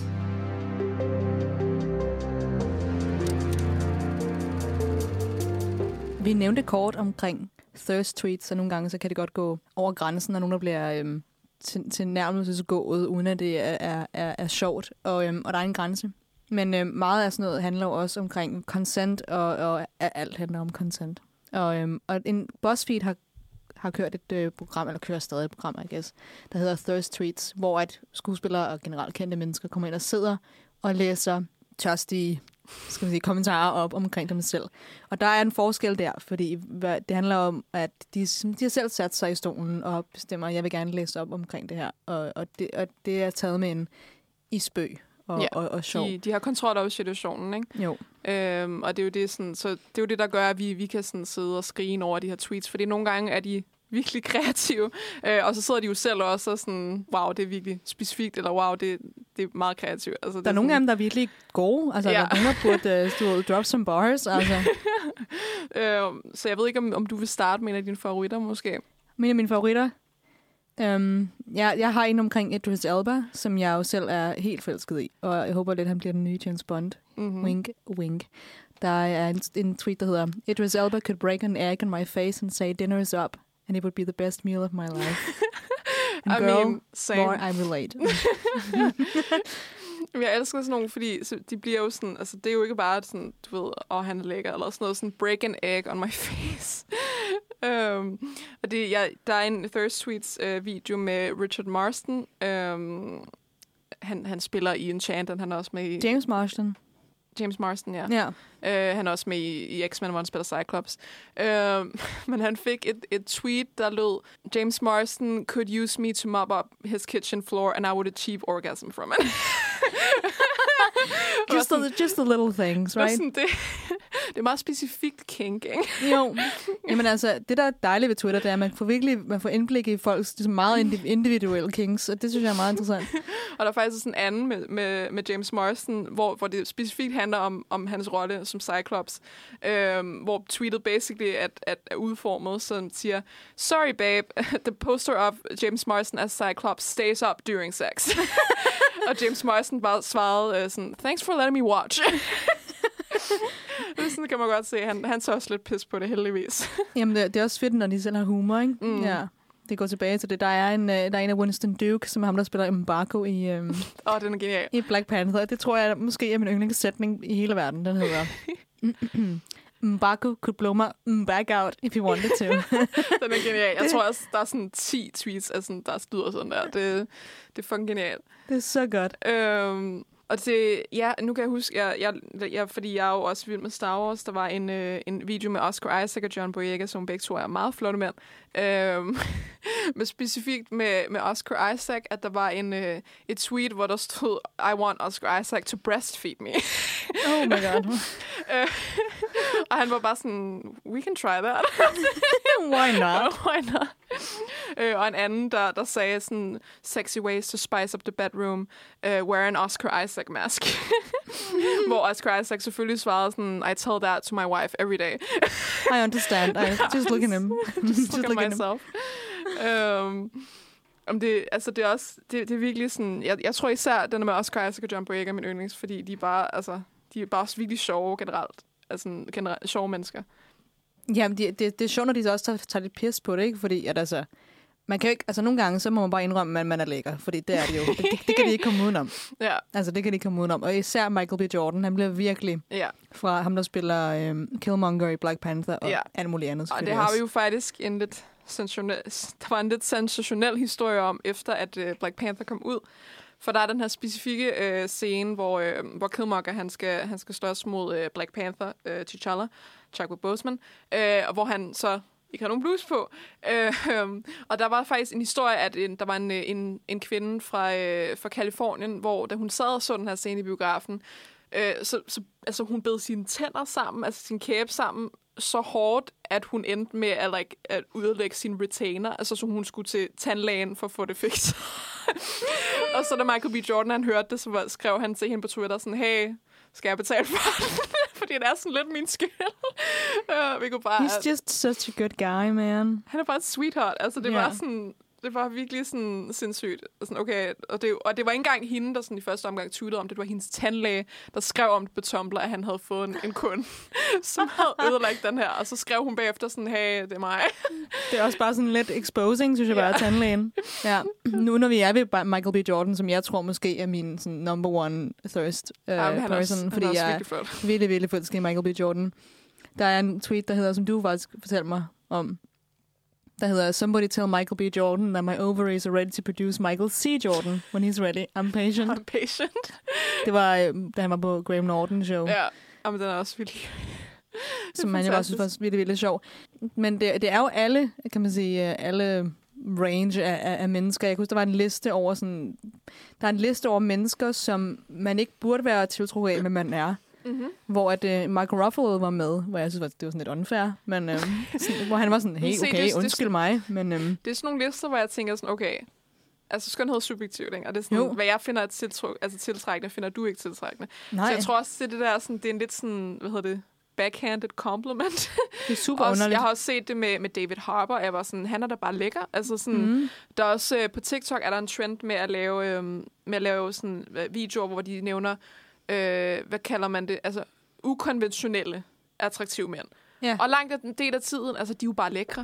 Vi nævnte kort omkring thirst tweets, og nogle gange så kan det godt gå over grænsen, når nogen der bliver til nærmelsesgået, uden at det er sjovt, og der er en grænse. Men meget af sådan noget handler jo også omkring consent, og alt handler om consent. Og en BuzzFeed har kørt et program, eller kører stadig et program, I guess, der hedder Thirst Tweets, hvor at skuespillere og generelt kendte mennesker kommer ind og sidder og læser tørstige, skal man sige, kommentarer op omkring dem selv. Og der er en forskel der, fordi det handler om, at de har selv sat sig i stolen og bestemmer, at jeg vil gerne læse op omkring det her. Og det er taget med en i spøg og sjov. De har kontrol over situationen, ikke? Jo. Og det er jo det, sådan, så det er jo det, der gør, at vi kan sådan sidde og skrige over de her tweets, fordi nogle gange er de virkelig kreative, og så sidder de jo selv også og sådan, wow, det er virkelig specifikt, eller wow, det er meget kreativt. Altså, der er nogle af dem, der er virkelig gode. Altså, der er nogle, der burde drop some bars. Altså. Så jeg ved ikke, om du vil starte med en af dine favoritter, måske? En af mine favoritter? Jeg har en omkring Idris Elba, som jeg jo selv er helt forelsket i, og jeg håber lidt, han bliver den nye James Bond. Mm-hmm. Wink, wink. Der er en tweet, der hedder, Idris Elba could break an egg on my face and say, dinner is up, and it would be the best meal of my life. And girl, more I relate. Jeg elsker sådan nogle, fordi de bliver jo sådan, altså det er jo ikke bare sådan, du ved, han er lækker, eller sådan noget, sådan break an egg on my face. Og der er en Thirst Tweets video med Richard Marston. Han spiller i Enchanted, han er også med i... James Marston, ja. Han er også med i X-Men, hvor han spiller Cyclops. Men han fik et tweet, der lød, James Marston could use me to mop up his kitchen floor, and I would achieve orgasm from it. just the little things, right? Det er meget specifikt kink, ikke? Jo. Jamen altså, det der er dejligt ved Twitter, det er, at man får indblik i folks ligesom meget individuelle kinks, og det synes jeg er meget interessant. Og der er faktisk sådan en anden med James Marston, hvor det specifikt handler om hans rolle som Cyclops, hvor tweetet basically er udformet, som siger, sorry babe, the poster of James Marston as Cyclops stays up during sex. Og James Marston bare svarede sådan, thanks for letting me watch. Sådan kan man godt se. Han tager også lidt pis på det, heldigvis. Jamen, det er også fedt, når de selv har humor, ikke? Mm. Ja. Det går tilbage til det. Der er en af Winston Duke, som er ham, der spiller M'Baku i... den er genial. I Black Panther. Det tror jeg måske er min yndlingssætning i hele verden. Den hedder... M'Baku could blow my back out, if you wanted to. Den er genial. Jeg tror også, der er sådan 10 tweets, altså, der lyder sådan der. Det er fucking genialt. Det er så godt. Og nu kan jeg huske, fordi jeg er jo også vild med Star Wars, der var en video med Oscar Isaac og John Boyega, som begge to er meget flotte mænd. Men specifikt med Oscar Isaac, at der var et tweet, hvor der stod, I want Oscar Isaac to breastfeed me. Oh my god. Og han var bare sådan, we can try that. Why not? Why not? Og en anden, der sagde sådan, sexy ways to spice up the bedroom, wear an Oscar Isaac mask. Hvor Oscar Isaac selvfølgelig svarede sådan, I tell that to my wife every day. I understand. Just look at him. Just look at myself. Det er virkelig sådan, jeg tror især, den med Oscar Isaac og John Boyega er min yndlings, fordi de er bare også virkelig sjove generelt. Altså generelt sjove mennesker. Jamen, det er sjovt, når de også tager lidt pis på det, ikke? Fordi at altså, man kan jo ikke, altså nogle gange, så må man bare indrømme, at man er lækker, fordi det er det jo. Det kan de ikke komme udenom. Ja. Altså, det kan de ikke komme udenom. Og især Michael B. Jordan, han bliver virkelig fra ham, der spiller Killmonger i Black Panther og alt muligt andet. Og det har vi jo faktisk der var en lidt sensationel historie om, efter at Black Panther kom ud. For der er den her specifikke scene, hvor Killmonger han skal slås mod Black Panther, T'Challa, Chadwick Boseman, og hvor han så ikke har nogen blus på. Og der var faktisk en historie, at der var en kvinde fra Kalifornien, hvor da hun sad og så den her scene i biografen, så hun bed sine tænder sammen, altså sin kæbe sammen, så hårdt, at hun endte med at udlægge sin retainer, altså så hun skulle til tandlægen for at få det fikset. Og så da Michael B. Jordan han hørte det, så skrev han til hende på Twitter sådan, hey, skal jeg betale for det? Fordi det er sådan lidt min skyld. Vi kunne bare, he's just such a good guy, man. Han er bare et sweetheart. Altså det var sådan... Det var virkelig sådan sindssygt. Sådan, okay, og det var ikke engang hende, der sådan i første omgang tweetede om det. Det var hendes tandlæge, der skrev om det på Tumblr, at han havde fået en kunde, som havde ødelagt den her. Og så skrev hun bagefter sådan, hey, det er mig. Det er også bare sådan lidt exposing, synes jeg bare, tandlægen. Ja. Nu når vi er ved Michael B. Jordan, som jeg tror måske er min sådan, number one thirst person, fordi jeg er virkelig, virkelig forelsket i Michael B. Jordan. Der er en tweet, der hedder, som du faktisk fortalte mig om, der hedder, somebody tell Michael B. Jordan that my ovaries are ready to produce Michael C. Jordan when he's ready. I'm patient. I'm patient. Det var, da han var på Graham Norton show. Ja, men den er også virkelig... Som man jo også synes var virkelig, virkelig sjov. Men det er jo alle, kan man sige, alle range af mennesker. Jeg kunne huske, der var en liste over sådan... Der er en liste over mennesker, som man ikke burde være tiltrukket af, men man er. Mm-hmm. Hvor at Mark Ruffalo var med, hvor jeg synes, det var sådan lidt unfair, men sådan, hvor han var sådan, hey, okay, undskyld mig. Men, det er sådan nogle lister, hvor jeg tænker sådan, okay, altså skønhed er subjektivt, ikke? Og det er sådan, hvad jeg finder tiltrækkende, finder du ikke tiltrækkende. Nej. Så jeg tror også, det der sådan, det er en lidt sådan, hvad hedder det, backhanded compliment. Det er super underligt. Jeg har også set det med David Harbour, jeg var sådan, han er da bare lækker. Altså sådan, der er også på TikTok er der en trend med at lave sådan videoer, hvor de nævner hvad kalder man det? Altså, ukonventionelle, attraktive mænd. Ja. Og langt en del af tiden, altså, de er jo bare lækre.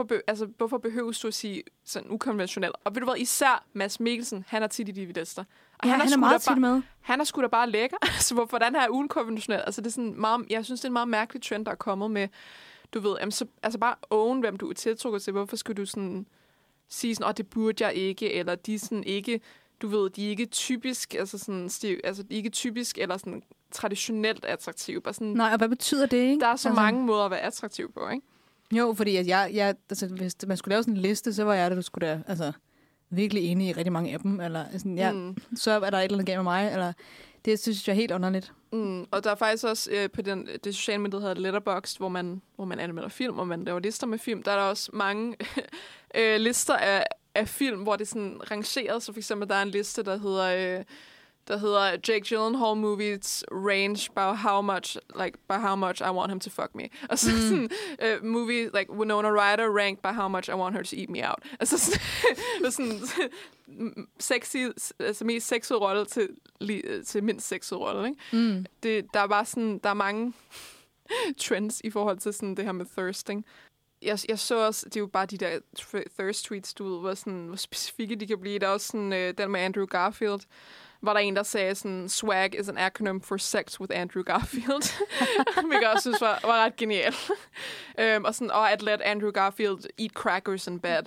Hvorfor behøves du at sige sådan ukonventionel? Og ved du hvad, især Mads Mikkelsen, han er tit i de lister. Ja, han er meget tit med. Han er sgu da bare lækker. Altså, hvordan er ugen konventionel? Altså, det er sådan meget, jeg synes, det er en meget mærkelig trend, der er kommet med, du ved, altså bare own, hvem du er tiltrukket til. Hvorfor skulle du sådan sige sådan, det burde jeg ikke, eller de er sådan ikke, du ved, de er ikke typisk, altså sådan stiv, altså de er ikke typisk, eller sådan traditionelt attraktive. Bare sådan, nej, og hvad betyder det, ikke? Der er så mange måder at være attraktiv på, ikke? Jo, fordi at jeg altså, hvis man skulle lave sådan en liste, så var jeg det, du skulle da, altså, virkelig enig i rigtig mange af dem, eller sådan, så er der et eller andet galt med mig, eller det synes jeg er helt underligt. Og der er faktisk også på det sociale medie, der hedder Letterboxd, hvor man anmelder film, og man laver lister med film. Der er der også mange lister af film, hvor det er sådan rangeret. Så for eksempel, der er en liste, der hedder Jake Gyllenhaal movies range by how much I want him to fuck me. Og så sådan movie like Winona Ryder ranked by how much I want her to eat me out. Altså sådan sexy, altså mest sexede rolle til mindst sexede rolle, ikke? Der er bare sådan, der er mange trends i forhold til sådan det her med thirsting. Jeg så også, det er jo bare de der thirst tweets, du ved, hvor specifikke de kan blive. Der er også sådan den med Andrew Garfield, var der en, der sagde sådan, swag is an acronym for sex with Andrew Garfield. Hvilket jeg også synes var ret genial. Og sådan, at let Andrew Garfield eat crackers in bed.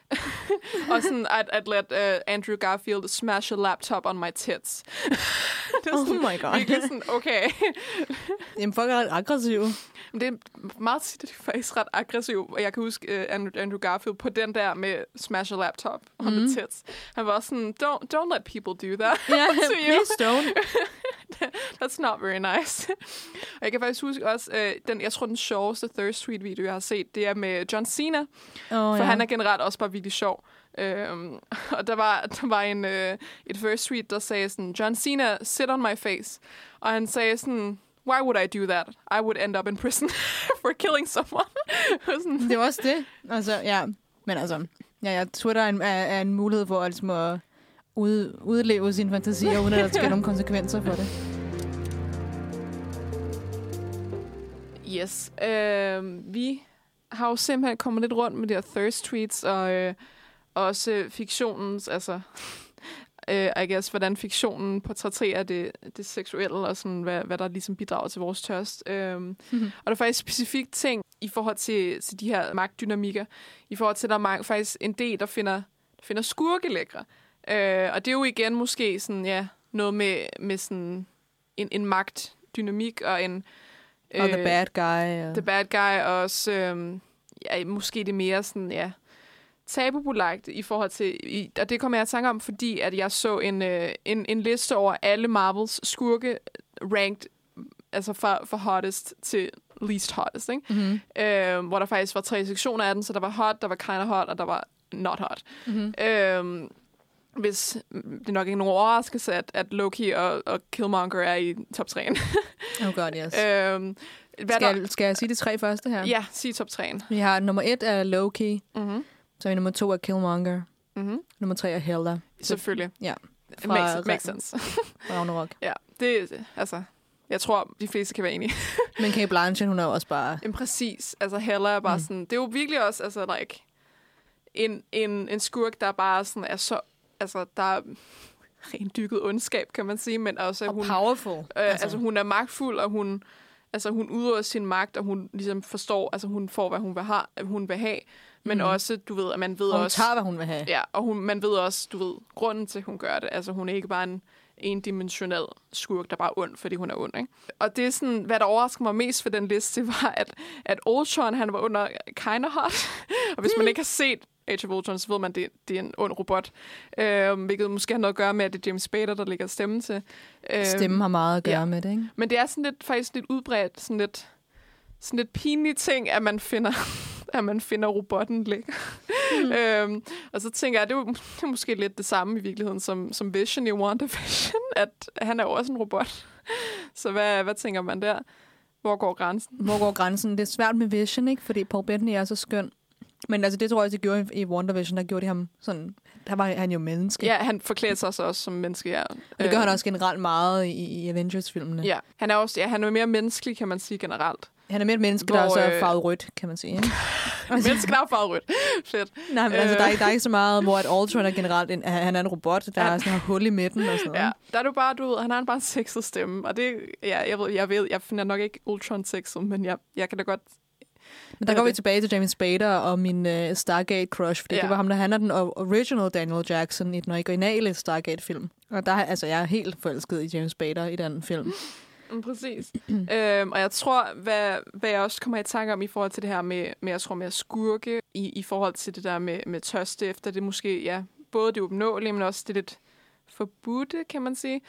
Og sådan, at let Andrew Garfield smash a laptop on my tits. Det er sådan, my god. Virkelig sådan, okay. Jamen, folk er ret aggressive. Men det er meget tit, at de er faktisk ret aggressive. Og jeg kan huske Andrew Garfield på den der med smash a laptop on the tits. Han var sådan, don't let people do that to you. Please don't. That's not very nice. Og jeg kan faktisk huske også, jeg tror, den sjoveste thirst tweet video, jeg har set, det er med John Cena. For han er generelt også bare virkelig sjov. Og der var et first tweet, der sagde sådan, John Cena, sit on my face. Og han sagde sådan, why would I do that? I would end up in prison for killing someone. Det var også det. Altså, ja. Men altså, Twitter er en mulighed for at udleve sine fantasier, uden at der skal nogle konsekvenser for det. Yes. Vi har jo simpelthen kommet lidt rundt med de her thirst tweets, og også fiktionens, altså, I guess, hvordan fiktionen portrætterer det seksuelle, og sådan, hvad der ligesom bidrager til vores tørst. Og der er faktisk specifikt ting i forhold til de her magtdynamikker, i forhold til, at der er faktisk en del, der finder skurke lækre. Og det er jo igen måske sådan, noget med sådan en magtdynamik, og en... Og the bad guy. The bad guy, og også måske det mere sådan, tabubelagt i forhold til... Og det kommer jeg at tænke om, fordi at jeg så en liste over alle Marvels skurke ranked, altså fra hottest til least hottest, ikke? Mm-hmm. Hvor der faktisk var 3 sektioner af den, så der var hot, der var kind of hot, og der var not hot. Mm-hmm. Hvis det er nok ikke nogen overraskelse, at Loki og Killmonger er i top 3. Oh god, yes. Skal jeg sige de 3 første her? Ja, sig top 3. Vi har nummer 1 er Loki. Mm-hmm. Så er nummer 2 er Killmonger. Mm-hmm. Nummer 3 er Hela. Selvfølgelig. Ja. Makes sense. Ragnarok. Ja, det altså... Jeg tror, de fleste kan være enige. Men Kate Blanchett, hun er også bare... Præcis. Altså, Hela er bare sådan... Det er jo virkelig også, altså, like... En skurk, der bare sådan er så... Altså, der er rent dykket ondskab, kan man sige, men også... Og hun, powerful. Altså, hun er magtfuld, og hun udøver sin magt, og hun ligesom forstår... Altså, hun får, hvad hun vil have. Men også, du ved, at man ved hun også... Hun tager, hvad hun vil have. Ja, og man ved også, du ved, grunden til, at hun gør det. Altså, hun er ikke bare en endimensionel skurk, der bare er ond, fordi hun er ond, ikke? Og det er sådan, hvad der overrasker mig mest for den liste, var, at Ultron, han var under kinda hot. Og hvis man ikke har set Age of Ultron, så ved man, at det er en ond robot. Hvilket måske har noget at gøre med, at det er James Spader, der lægger stemme til. Stemmen har meget at gøre med det, ikke? Men det er sådan faktisk lidt udbredt, sådan lidt pinlig ting, at man finder robotten lækker. Og så tænker jeg, det er måske lidt det samme i virkeligheden som Vision i WandaVision, at han er jo også en robot. Så hvad tænker man der? Hvor går grænsen? Hvor går grænsen? Det er svært med Vision, ikke? Fordi Paul Bettany er så skøn. Men altså, det tror jeg, de gjorde i WandaVision, der gjorde de ham sådan... Der var han jo menneske. Ja, han forklæder sig også som menneske, ja. Og det gør han også generelt meget i Avengers-filmene. Ja, han er jo mere menneskelig, kan man sige generelt. Han er mere et menneske, der også er farvet rødt, kan man sige. Menneske, der er farvet rødt. Fedt. Nej, men altså, der er ikke så meget, hvor at Ultron er generelt han er en robot, der er sådan en hul i midten og sådan noget. Ja, der er du bare, du ved, han har bare en sexet stemme. Og det, ja, jeg finder nok ikke Ultron sexet, men jeg kan da godt... Men der går vi tilbage til James Spader og min Stargate-crush, fordi det var ham, der han er den original Daniel Jackson i den originale Stargate-film. Og der, altså, jeg er helt forelsket i James Spader i den film. Præcis. Og jeg tror, hvad jeg også kommer i tanke om i forhold til det her med jeg tror, med at skurke, i forhold til det der med tørste efter, det måske, ja, både det uopnåelige, men også det lidt forbudte, kan man sige.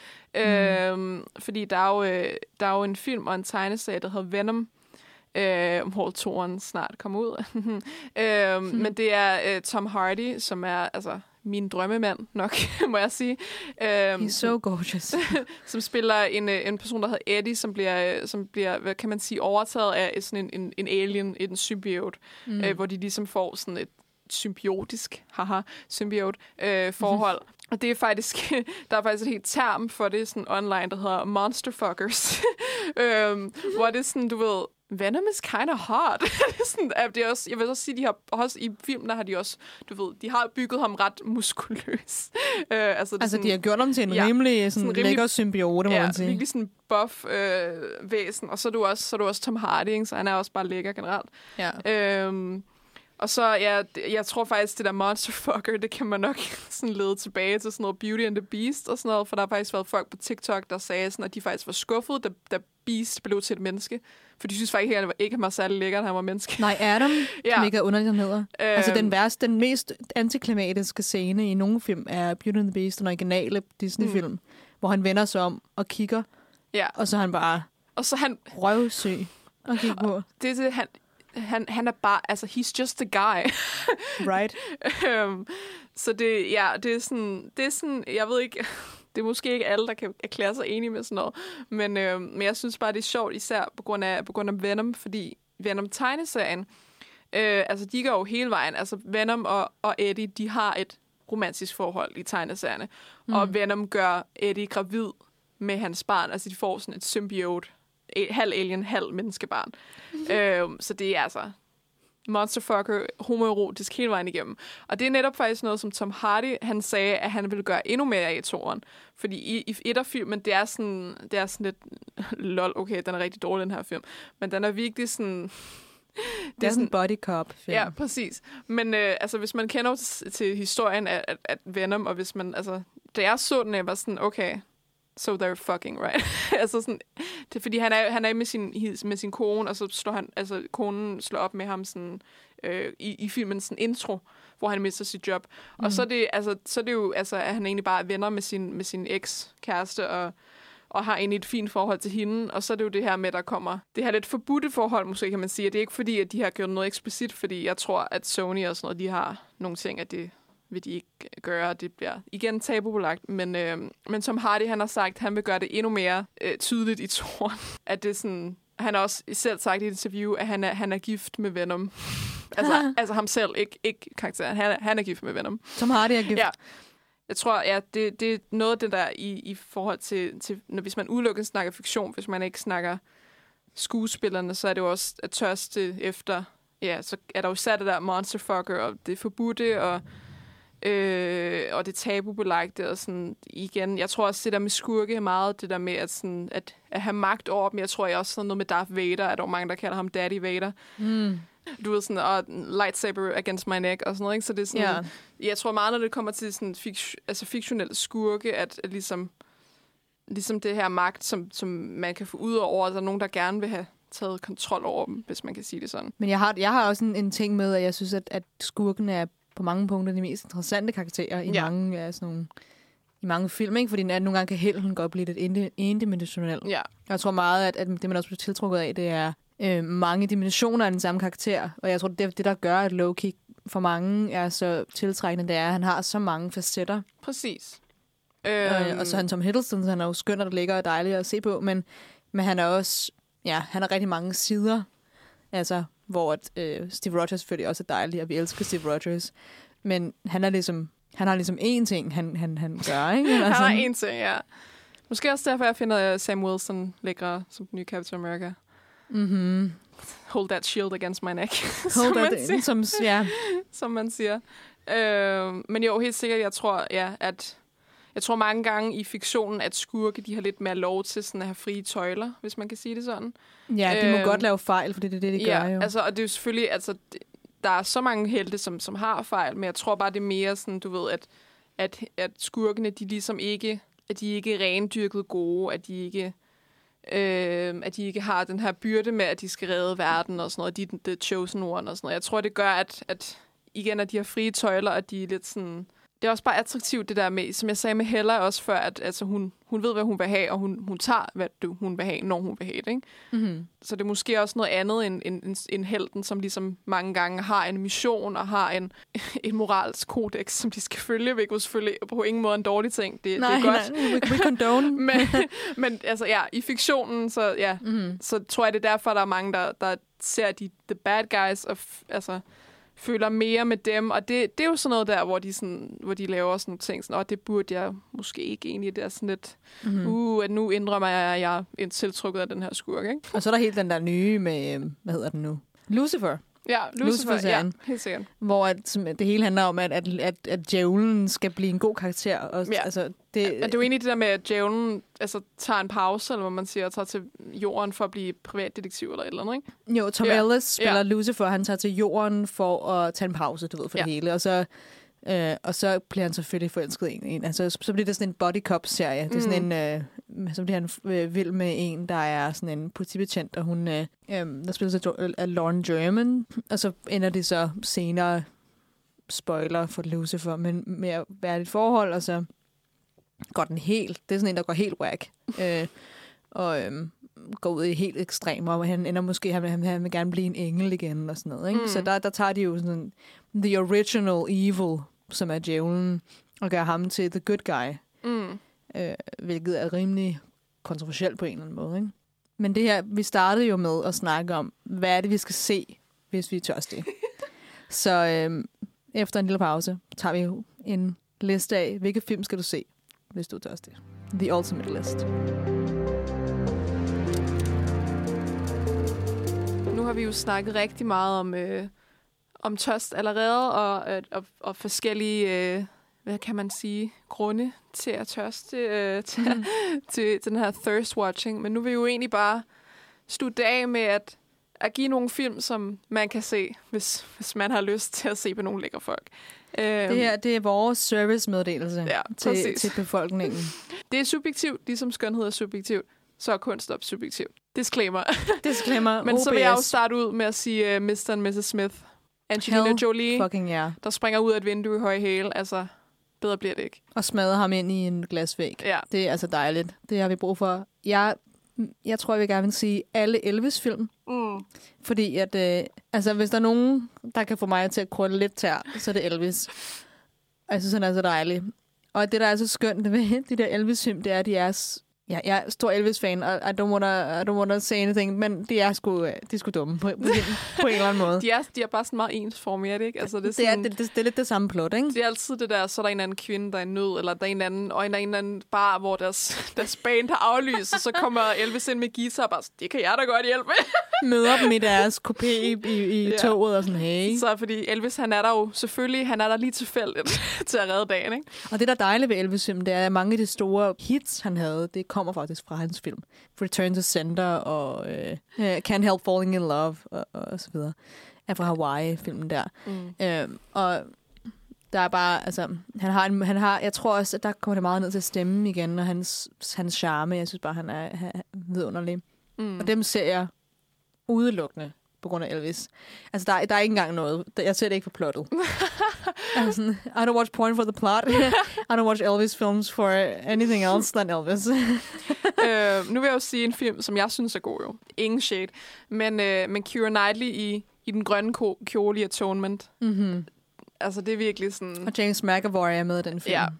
Fordi der er jo en film og en tegneserie, der hedder Venom, hvor toren snart kommer ud. Men det er Tom Hardy, som er altså min drømmemand nok, må jeg sige. He's so gorgeous. Som spiller en person, der hedder Eddie, som bliver, hvad kan man sige, overtaget af sådan en alien, en symbiot, hvor de ligesom får sådan et symbiotisk, symbiot forhold. Og det er faktisk, der er faktisk et helt term for det sådan online, der hedder monsterfuckers. Hvor det er sådan, du ved, Venom is kind of hot. Det er også, jeg vil også sige, de har også i filmen, der har de også, du ved, de har bygget ham ret muskuløs. Altså sådan, de har gjort ham til en rimelig lækker symbiote, må man sige. Ja, virkelig sådan buff væsen. Og så er du også Tom Hardy, ikke? Så han er også bare lækker generelt. Ja. Og så, jeg tror faktisk, det der monsterfucker, det kan man nok sådan lede tilbage til sådan noget Beauty and the Beast og sådan noget, for der har faktisk været folk på TikTok, der sagde sådan, at de faktisk var skuffet, da Beast blev til et menneske. For de synes faktisk ikke, han var særlig lækker, at han var menneske. Nej, Adam, som ikke er underligt, han hedder. Altså den mest antiklimatiske scene i nogle film er Beauty and the Beast, den originale Disney-film, hvor han vender sig om og kigger, og så er han bare røvsyg og kigger på. Han er bare, altså, he's just a guy. Right. Så det er sådan, jeg ved ikke, det er måske ikke alle, der kan erklære sig enige med sådan noget, men jeg synes bare, det er sjovt, især på grund af Venom, fordi Venom-tegneserien, altså, de går jo hele vejen. Altså, Venom og Eddie, de har et romantisk forhold i tegneserierne, og Venom gør Eddie gravid med hans barn, altså, de får sådan et symbiot, halv alien, halv menneskebarn. Så det er altså monsterfucker, homoerotisk hele vejen igennem. Og det er netop faktisk noget, som Tom Hardy, han sagde, at han ville gøre endnu mere af i toren. Fordi i etterfilmen, det er sådan lidt lol, okay, den er rigtig dårlig, den her film. Men den er virkelig sådan... Det er sådan en body cop film. Ja, præcis. Men altså, hvis man kender til historien af Venom, og hvis man, altså, da jeg så den, jeg var sådan, okay, so they're fucking right. Altså sådan, det er fordi han er med sin kone, og så slår han, altså konen slår op med ham sådan i filmen sådan intro, hvor han mister sit job. Og så er det jo altså at han egentlig bare er venner med sin eks-kæreste og har egentlig et fint forhold til hende, og så er det jo det her med, der kommer det her lidt forbudte forhold, måske kan man sige. Det er ikke fordi, at de har gjort noget eksplicit, fordi jeg tror, at Sony og sådan noget, de har nogle ting, at det vil de ikke gøre, det bliver igen tabubelagt. Men Tom Hardy, han har sagt, at han vil gøre det endnu mere tydeligt i toren. At det sådan, han har også selv sagt i et interview, at han er gift med Venom. altså ham selv, ikke karakteren. Han er gift med Venom. Tom Hardy er gift. Ja. Jeg tror, ja, det er noget af det der i forhold til hvis man udelukkende snakker fiktion, hvis man ikke snakker skuespillerne, så er det jo også at tørste efter, ja, så er der jo sat det der monsterfucker, og det forbudte, og det tabubelagte, og sådan igen. Jeg tror også, det der med skurke er meget det der med at have magt over dem. Jeg tror også sådan noget med Darth Vader, at der er mange, der kalder ham Daddy Vader. Du ved sådan, lightsaber against my neck, og sådan noget, ikke? Så det er sådan, jeg tror meget, når det kommer til sådan fiktionelle skurke, at ligesom det her magt, som man kan få ud over, at der er nogen, der gerne vil have taget kontrol over dem, hvis man kan sige det sådan. Men jeg har også en ting med, at jeg synes, at skurken er på mange punkter de mest interessante karakterer i mange film, ikke? Fordi nogle gange kan helten godt blive lidt endimensionel. Ja. Jeg tror meget, at det, man også bliver tiltrukket af, det er mange dimensioner af den samme karakter. Og jeg tror, det der gør, at Loki for mange er så tiltrækkende, det er, at han har så mange facetter. Præcis. Og så han Tom Hiddleston, så han er jo skøn, og det ligger og dejligt at se på, men han er også, han har rigtig mange sider, altså, hvor Steve Rogers selvfølgelig også er dejlig, og vi elsker Steve Rogers, men han har ligesom én ting, han gør, ikke? Han har én ting, ja. Måske også derfor, jeg finder Sam Wilson lækker som den nye Captain America. Hold that shield against my neck. Som man siger. Men jo, helt sikkert, jeg tror mange gange i fiktionen, at skurke, de har lidt mere lov til sådan at have frie tøjler, hvis man kan sige det sådan. Ja, de må godt lave fejl, for det er det, de gør jo. Altså, og det er jo selvfølgelig, altså, der er så mange helte, som har fejl, men jeg tror bare, det er mere sådan, du ved, at skurkene, de ligesom ikke, at de ikke er rendyrket gode, at de ikke har den her byrde med, at de skal redde verden og sådan noget, de er the chosen one og sådan noget. Jeg tror, det gør, at igen, at de har frie tøjler, og de er lidt sådan... Det er også bare attraktivt, det der med, som jeg sagde med Hella også før, at altså, hun ved, hvad hun vil have, og hun tager, hvad hun vil have, når hun vil have det, ikke? Mm-hmm. Så det er måske også noget andet end helten, som ligesom mange gange har en mission og har en moralsk kodex, som de skal følge, hvilket selvfølgelig på ingen måde en dårlig ting. Det er godt. Nej, we condone. men altså, ja, i fiktionen, så, ja, så tror jeg, det er derfor, der er mange, der ser the bad guys, og altså... føler mere med dem, og det er jo sådan noget der, hvor de laver sådan nogle ting, sådan, det burde jeg måske ikke egentlig, det er sådan lidt, at nu indrømmer jeg, at jeg er tiltrukket af den her skurk, ikke? Og så er der helt den der nye med, hvad hedder den nu? Lucifer. Ja, Lucifer, ja, helt sikkert. Hvor det hele handler om, at djævlen skal blive en god karakter. Og, ja. Altså, det er jo egentlig det der med, at djævlen altså, tager en pause, eller hvad man siger, og tager til jorden for at blive privatdetektiv eller et eller andet, ikke? Jo, Tom Ellis spiller Lucifer, han tager til jorden for at tage en pause, du ved, for det hele. Og så bliver han selvfølgelig forelsket i en. Altså, så bliver det sådan en body cop-serie. Det er sådan så bliver han vild med en, der er sådan en politibetjent, og hun der spiller sig af Lauren German, og så ender det så senere spoiler for Lucifer, men med at være et forhold, og så går den helt, det er sådan en, der går helt whack, og går ud i helt ekstremer, og han ender måske, han vil gerne blive en engel igen, og sådan noget, ikke? Så der tager de jo sådan the original evil, som er djævlen, og gør ham til the good guy. Hvilket er rimelig kontroversielt på en eller anden måde, ikke? Men det her, vi startede jo med at snakke om, hvad er det, vi skal se, hvis vi er tørstige. Så efter en lille pause, tager vi jo en liste af, hvilke film skal du se, hvis du er tørstig. The Ultimate List. Nu har vi jo snakket rigtig meget om tørst allerede, og forskellige... hvad kan man sige, grunde til at tørste til den her thirst watching. Men nu vil vi jo egentlig bare slutte af med at give nogle film, som man kan se, hvis man har lyst til at se på nogle lækre folk. Det her, det er vores servicemeddelelse til befolkningen. Det er subjektivt, ligesom skønhed er subjektivt, så er kunst op subjektivt. Disclaimer. Men OBS. Så vil jeg jo starte ud med at sige Mr. and Mrs. Smith. Angelina Jolie, der springer ud af et vindue i høje hæle. Altså, bedre bliver det ikke. Og smadrer ham ind i en glasvæg. Ja. Det er altså dejligt. Det har vi brug for. Jeg tror, jeg vil gerne vil sige alle Elvis-film. Fordi at, hvis der er nogen, der kan få mig til at krølle lidt tær, så er det Elvis. Og jeg synes, han er så dejlig. Og det, der er så skønt ved de der Elvis-film, det er, at de er... Ja, jeg er stor Elvis-fan, og I don't wanna say anything, men de er sgu dumme på en eller anden måde. De er bare sådan meget ensformige, er det ikke? Altså, det er lidt det samme plot, ikke? Det er altid det der, så er der en anden kvinde, der er i nød, eller der er en anden bar, hvor deres band har aflyst, og så kommer Elvis ind med guitar og bare, det kan jeg da godt hjælpe med. Møder dem i deres coupé i toget og sådan, hey. Så fordi Elvis, han er der jo selvfølgelig, han er der lige tilfældigt til at redde dagen, ikke? Og det, der er dejligt ved Elvis-film, det er, at mange af de store hits, han havde, det kommer faktisk fra hans film. Return to Sender og Can't Help Falling in Love og så videre. Er fra Hawaii-filmen der. Og der er bare, altså, han har, jeg tror også, at der kommer det meget ned til at stemme igen, og hans charme, jeg synes bare, han er vidunderlig. Og dem ser jeg udelukkende på grund af Elvis. Altså, der er ikke engang noget. Jeg ser det ikke for plottet. Altså, I don't watch porn for the plot. I don't watch Elvis films for anything else than Elvis. Nu vil jeg jo sige en film, som jeg synes er god jo. Ingen shade. Men Keira Knightley i den grønne kjole i Atonement. Altså, det er virkelig sådan... Og James McAvoy er med i den film. Ja,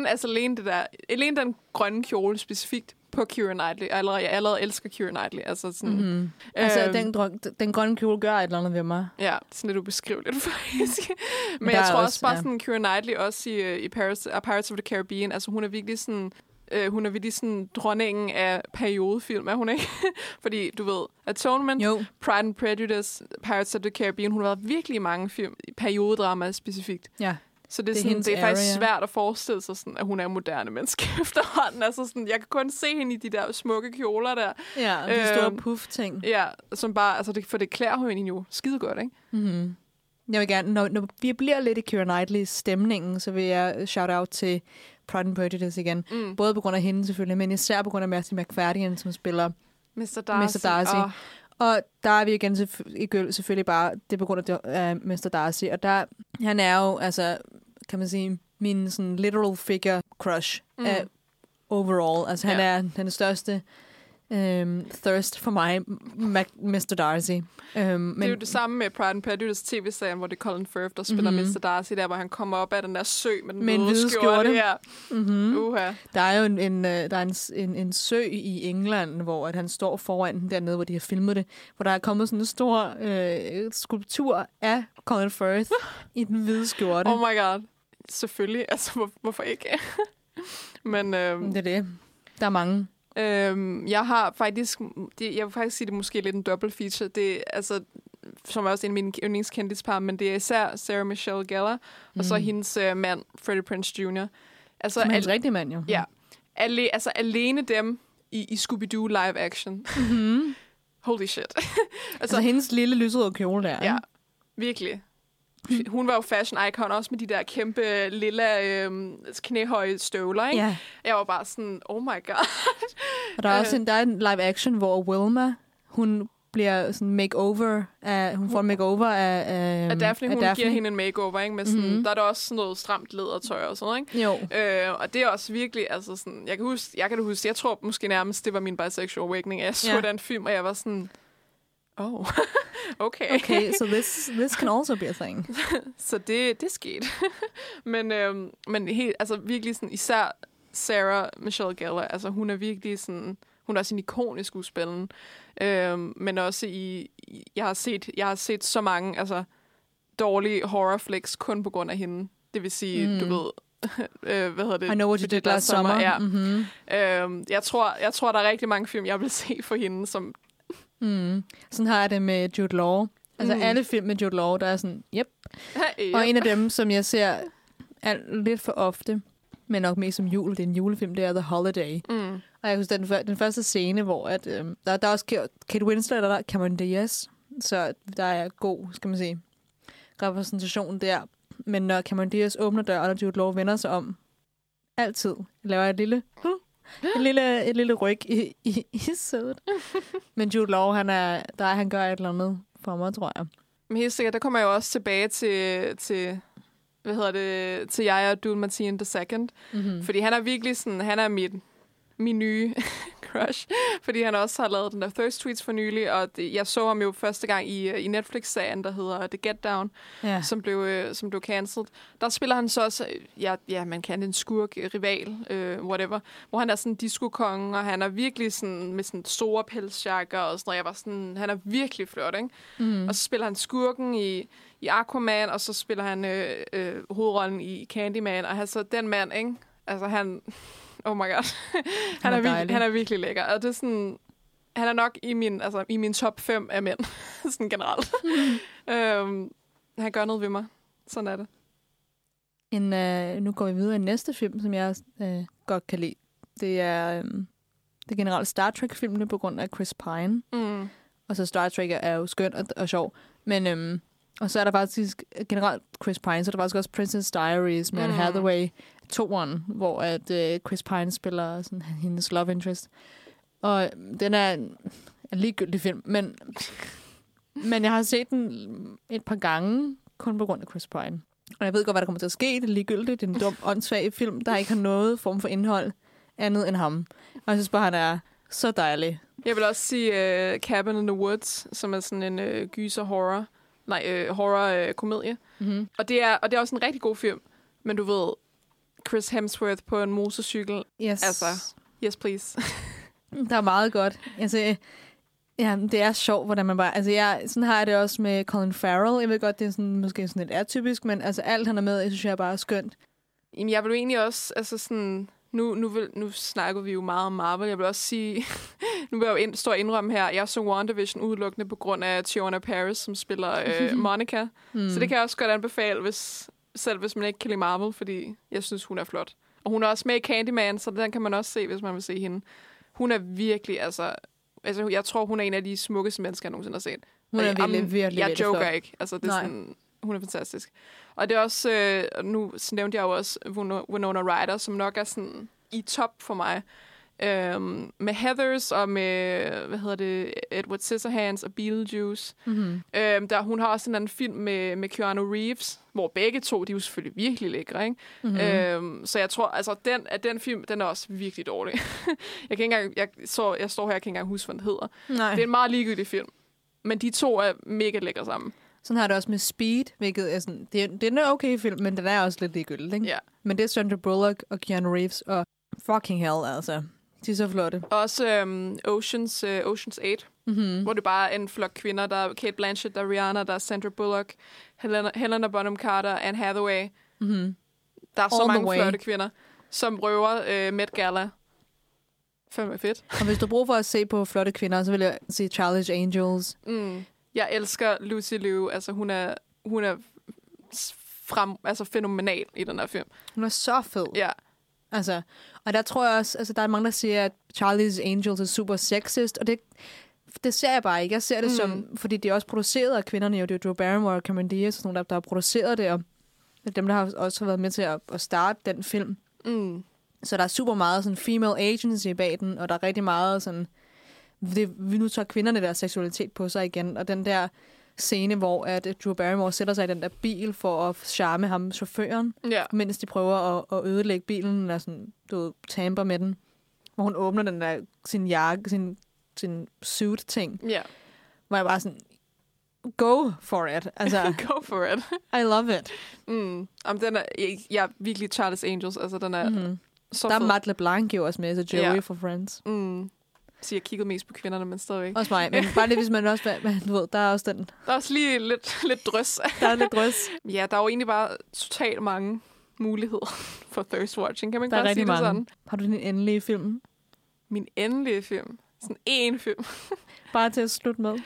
alene den grønne kjole specifikt på Keira Knightley. Jeg allerede elsker Keira Knightley. Altså, sådan, den grønne kjole gør et eller andet ved mig. Ja, sådan lidt ubeskriveligt faktisk. Men jeg tror også bare sådan Keira Knightley også i Pirates of the Caribbean. Altså, hun er virkelig sådan... Hun er virkelig sådan dronningen af periodefilm, er hun ikke? Fordi, du ved, Atonement, Pride and Prejudice, Pirates of the Caribbean, hun har været virkelig mange film, periodedrama specifikt. Ja. Så det er faktisk svært at forestille sig, sådan, at hun er moderne menneske efterhånden. Altså sådan, jeg kan kun se hende i de der smukke kjoler der. Ja, de store puff-ting. Ja, som bare, altså for det klæder hende jo skide godt, ikke? Mm-hmm. Jeg vil gerne, når vi bliver lidt i Keira Knightley's stemningen, så vil jeg shout out til Pride and Prejudice igen. Både på grund af hende selvfølgelig, men især på grund af Matthew McFadden, som spiller Mr. Darcy. Og der er vi igen selvfølgelig bare, det er på grund af Mr. Darcy. Og der, han er jo, altså, kan man sige, min sådan literal figure crush af overall. Altså, han er den største thirst for mig, Mr. Darcy. Men det er jo det samme med Pride and Prejudice tv-serien, hvor det er Colin Firth, der spiller Mr. Darcy, der hvor han kommer op af den der sø med den hvide skjorte her. Der er jo en sø i England, hvor at han står foran dernede, hvor de har filmet det, hvor der er kommet sådan en stor skulptur af Colin Firth i den hvide skjorte. Oh my god. Selvfølgelig. Altså, hvorfor ikke? Men det er det. Der er mange. Jeg har faktisk, jeg vil faktisk sige, det er måske lidt en dobbelt feature. Det er, altså, som er også en af mine yndlingskendtispar, men det er især Sarah Michelle Gellar, og så hendes mand, Freddie Prinze Jr. Altså, som hans rigtige mand, jo. Ja. Alene dem i Scooby-Doo live action. Holy shit. altså hendes lille lyserøde kjole der. Ja, virkelig. Hun var jo fashion icon, også med de der kæmpe lilla knæhøje støvler, ikke? Yeah. Jeg var bare sådan, oh my god. Og der er også der er en live action, hvor Wilma, hun bliver sådan makeover af, hun får en makeover af Daphne. Hun giver hende en makeover, ikke? Med sådan, der er der også sådan noget stramt lædertøj og sådan, ikke? Jo. Og det er også virkelig, altså sådan, jeg kan huske, jeg tror måske nærmest, det var min bisexual awakening, jeg så den film, og jeg var sådan, okay, so this can also be a thing. Så det skete. men helt, altså virkelig sådan, især Sarah Michelle Gellar, altså hun er virkelig sådan, hun er også en ikonisk skuespiller. Men også jeg har set så mange altså dårlige horror flicks kun på grund af hende. Det vil sige, du ved, hvad hedder det? I Know What You Did Last Summer. Ja. Jeg tror, der er rigtig mange film, jeg vil se for hende, som sådan har jeg det med Jude Law. Altså alle film med Jude Law, der er sådan, yep. Og en af dem, som jeg ser lidt for ofte, men nok mest som jul, det er en julefilm, det er The Holiday. Og jeg husker den første scene, hvor at, der er også Kate Winslet og der er Cameron Diaz, så der er god, skal man sige, repræsentation der. Men når Cameron Diaz åbner døren, og Jude Law vender sig om, altid laver jeg et lille ryg i sædet. Men Jude Law, han gør et eller andet for mig, tror jeg. Men helt sikkert, der kommer jeg jo også tilbage til til Yahya Abdul-Mateen II. Fordi han er virkelig sådan, han er min nye crush. Fordi han også har lavet den der Thirst Tweets for nylig, og jeg så ham jo første gang i Netflix-serien, der hedder The Get Down, som blev cancelled. Der spiller han så også, man kan en skurk, rival, whatever, hvor han er sådan en disco-konge, og han er virkelig sådan med sådan store pelsjakker og sådan noget. Jeg var sådan, han er virkelig flot, ikke? Og så spiller han skurken i Aquaman, og så spiller han hovedrollen i Candyman, og altså den mand, ikke? Altså han... Oh my god. Han er virkelig lækker. Og det er sådan, han er nok i min top 5 af mænd, sådan generelt. Han gør noget ved mig. Sådan er det. Nu går vi videre i næste film, som jeg godt kan lide. Det er generelt Star Trek-filmene på grund af Chris Pine. Og så Star Trek er jo skønt og sjov. Men og så er der faktisk generelt Chris Pine, så er der faktisk også Princess Diaries med Anne Hathaway 2'eren, hvor at Chris Pine spiller sådan, hendes love interest. Og den er en ligegyldig film, men jeg har set den et par gange, kun på grund af Chris Pine. Og jeg ved godt, hvad der kommer til at ske. Det er ligegyldigt. Det er en dum, åndssvag film, der ikke har noget form for indhold andet end ham. Og jeg synes bare, han er så dejlig. Jeg vil også sige Cabin in the Woods, som er sådan en gyser-horror. Horror-komedie. Og det er også en rigtig god film. Men du ved, Chris Hemsworth på en motorcykel. Yes. Altså, yes please. Der er meget godt. Altså, ja, det er sjovt, hvordan man bare... Altså, sådan har jeg det også med Colin Farrell. Jeg ved godt, det er sådan, måske sådan lidt atypisk, men altså alt, han er med, jeg synes, jeg er bare skønt. Jamen, jeg vil jo egentlig også... Altså sådan... Nu snakker vi jo meget om Marvel. Jeg vil også sige, nu vil jeg jo stå og indrømme her, jeg så WandaVision udelukkende på grund af Teyonah Parris, som spiller Monica. Så det kan jeg også godt anbefale, selv hvis man ikke kan lide Marvel, fordi jeg synes, hun er flot. Og hun er også med i Candyman, så den kan man også se, hvis man vil se hende. Hun er virkelig, altså jeg tror, hun er en af de smukkeste mennesker, jeg nogensinde har set. Hun er virkelig jeg joker flot. ikke. Altså, det er sådan, hun er fantastisk. Og det er også, nu nævnte jeg jo også Winona Ryder, som nok er sådan i top for mig. Med Heathers og med, Edward Scissorhands og Beetlejuice. Der, hun har også en anden film med Keanu Reeves, hvor begge to, de er jo selvfølgelig virkelig lækre, ikke? Så jeg tror, altså, den film, den er også virkelig dårlig. Jeg står her, jeg kan ikke engang huske, hvad den hedder. Nej. Det er en meget ligegyldig film. Men de to er mega lækre sammen. Sådan har det også med Speed, hvilket er sådan, det er en okay film, men den er også lidt ligegyldig, ikke? Ja. Men det er Sandra Bullock og Keanu Reeves, og fucking hell, altså. De er så flotte. Også Ocean's 8, hvor det bare er en flok kvinder. Der er Cate Blanchett, der er Rihanna, der er Sandra Bullock, Helena Bonham Carter, Anne Hathaway. Der er så mange flotte kvinder, som røver Met Gala. Fandme fedt. Og hvis du bruger for at se på flotte kvinder, så vil jeg se Charlie's Angels. Jeg elsker Lucy Liu. Altså, hun er fænomenal i den her film. Hun er så fed. Ja. Altså, og der tror jeg også, altså der er mange, der siger, at Charlie's Angels er super sexist, og det ser jeg bare ikke. Jeg ser det som, fordi det er også produceret af kvinderne, jo, det er Drew Barrymore og Cameron Diaz, der har produceret det, og dem, der har også været med til at starte den film. Så der er super meget sådan female agency bag den, og der er rigtig meget sådan, vi nu tager kvinderne der seksualitet på sig igen, og den der scene, hvor at Drew Barrymore sætter sig i den der bil for at charme ham, chaufføren, mens de prøver at ødelægge bilen, eller sådan, tamper med den, hvor hun åbner den der, sin jakke, sin suit-ting. Ja. Hvor jeg bare sådan, go for it. Altså, go for it. I love it. Den er, jeg er virkelig Charlie's Angels, altså den er så der er fed. Matt LeBlanc jo også med, så Joey for Friends. Så jeg kiggede mest på kvinderne, men stadigvæk. Også mig, men bare lidt, hvis man også, du ved, der er også den. Der er også lige lidt drøs. Der er lidt drøs. Ja, der er jo egentlig bare totalt mange muligheder for thirst watching. Kan man ikke bare sige det sådan? Har du din endelige film? Min endelige film? Sådan én film. Bare til at slutte med.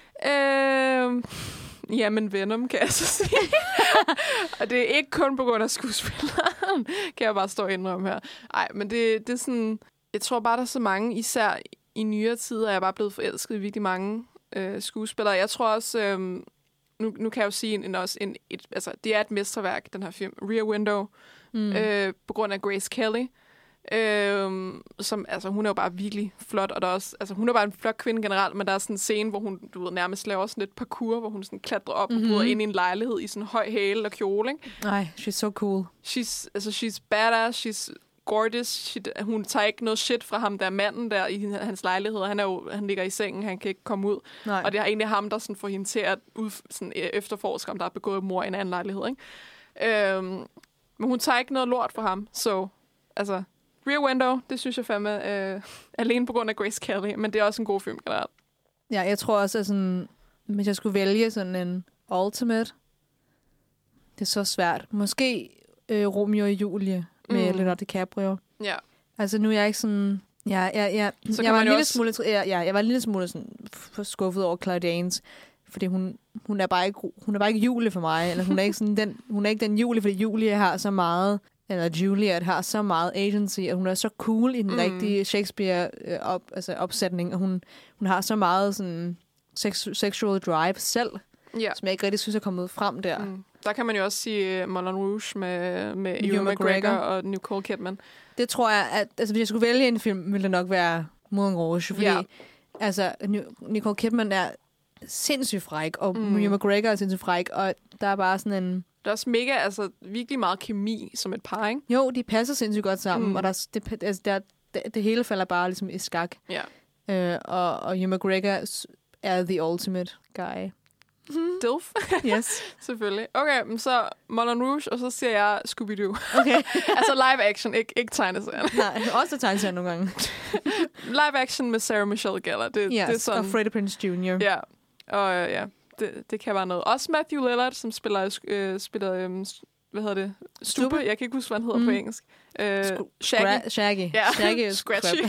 Jamen Venom, kan jeg så sige. Og det er ikke kun på grund af skuespilleren, kan jeg bare stå og indrømme her. Nej, men det er sådan... Jeg tror bare, der er så mange, især i nyere tider, er jeg bare blevet forelsket i virkelig mange skuespillere. Jeg tror også... Nu kan jeg jo sige, altså, det er et mesterværk, den her film. Rear Window. På grund af Grace Kelly. Som, altså, hun er jo bare virkelig flot, og der er også, altså, hun er bare en flot kvinde generelt, men der er sådan en scene, hvor hun, du ved, nærmest laver sådan et parkour, hvor hun sådan klatrer op og bryder ind i en lejlighed i sådan en høj hæle og kjole, ikke? Nej, she's so cool. She's badass, she's gorgeous. Hun tager ikke noget shit fra ham, der er manden der i hans lejlighed. Han ligger i sengen, han kan ikke komme ud. Nej. Og det er egentlig ham, der sådan får hende til at efterforske, om der er begået mord i en anden lejlighed, ikke? Men hun tager ikke noget lort fra ham, så altså... Rear Window, det synes jeg fandme alene på grund af Grace Kelly, men det er også en god film, generelt. Ja, jeg tror også, at sådan, hvis jeg skulle vælge sådan en ultimate, det er så svært. Måske Romeo og Julie med Leonardo DiCaprio. Ja. Altså nu er jeg ikke sådan... Jeg var en lille smule sådan skuffet over Claire Danes, fordi hun er bare ikke Julie for mig, eller hun er ikke den Julie, fordi Julie har så meget... eller Juliet har så meget agency, og hun er så cool i den rigtige Shakespeare-opsætning, og hun har så meget sådan sexual drive selv, som jeg ikke rigtig synes er kommet frem der. Der kan man jo også sige Moulin Rouge med Ewan McGregor og Nicole Kidman. Det tror jeg, at altså, hvis jeg skulle vælge en film, ville det nok være Moulin Rouge, fordi altså, Nicole Kidman er sindssygt fræk, og Ewan McGregor er sindssygt fræk, og der er bare sådan en... Der er også virkelig meget kemi som et par, ikke? Jo, de passer sindssygt godt sammen, og det hele falder bare ligesom i skak. Ja. Og Ewan McGregor er the ultimate guy. Dilf? Yes. Selvfølgelig. Okay, så Moulin Rouge, og så siger jeg Scooby-Doo. Okay. Altså live action, ikke tegneserien. Nej, også tegneserien nogle gange. Live action med Sarah Michelle Gellar. Det er sådan... og Freddie Prinze Jr. Ja, og det kan være noget. Også Matthew Lillard, som spiller hvad hedder det? Stube? Jeg kan ikke huske, hvad han hedder på engelsk. Shaggy. Ja, Shaggy Scratchy.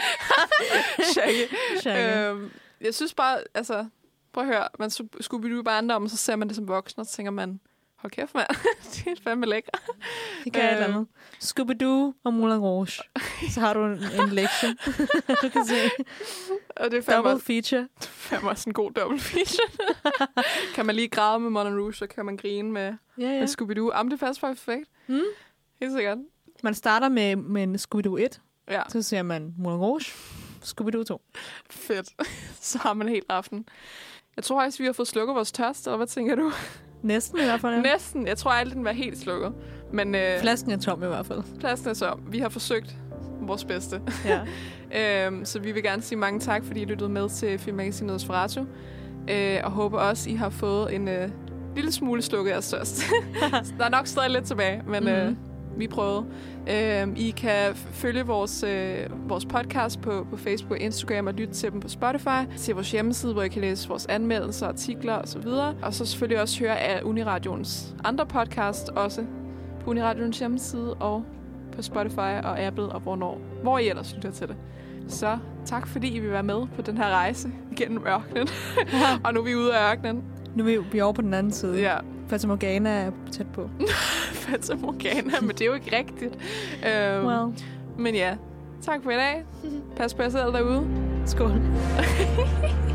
Shaggy. Jeg synes bare, altså, prøv at høre, man Scooby-Doo barndom, så ser man det som voksen, og så tænker man, hold kæft, mand. Det er fandme lækker. Det kan et eller andet. Scooby-Doo og Moulin Rouge. Så har du en lektie. Du kan se. Og det er double feature. Det er fandme også en god double feature. Kan man lige græde med Moulin Rouge, så kan man grine med Scooby-Doo. Jamen, det er faktisk perfekt. Helt sikkert. Man starter med en Scooby-Doo 1. Ja. Så ser man Moulin Rouge. Scooby-Doo 2. Fedt. Så har man helt aften. Jeg tror faktisk, vi har fået slukket vores tørst, eller hvad tænker du? Næsten i hvert fald. Ja. Næsten. Jeg tror aldrig, den var helt slukket. Men, flasken er tom i hvert fald. Flasken er tom. Vi har forsøgt vores bedste. Ja. Så vi vil gerne sige mange tak, fordi I lyttede med til Filmmagasinet Nosferatu. Og håber også, I har fået en lille smule slukket af størst. Der er nok stadig lidt tilbage, men vi prøvede. I kan følge vores podcast på Facebook og Instagram og lytte til dem på Spotify. Se vores hjemmeside, hvor I kan læse vores anmeldelser, artikler osv. Og så selvfølgelig også høre af Uniradions andre podcast, også på Uniradions hjemmeside og på Spotify og Apple og hvor I ellers lytter til det. Så tak, fordi I vil være med på den her rejse gennem ørkenen. Og nu er vi ude af ørkenen. Nu er vi over på den anden side. Ja. Fata Morgana er tæt på. Fata Morgana, men det er jo ikke rigtigt. Well. Men ja, tak for i dag. Pas på jer selv derude. Skål.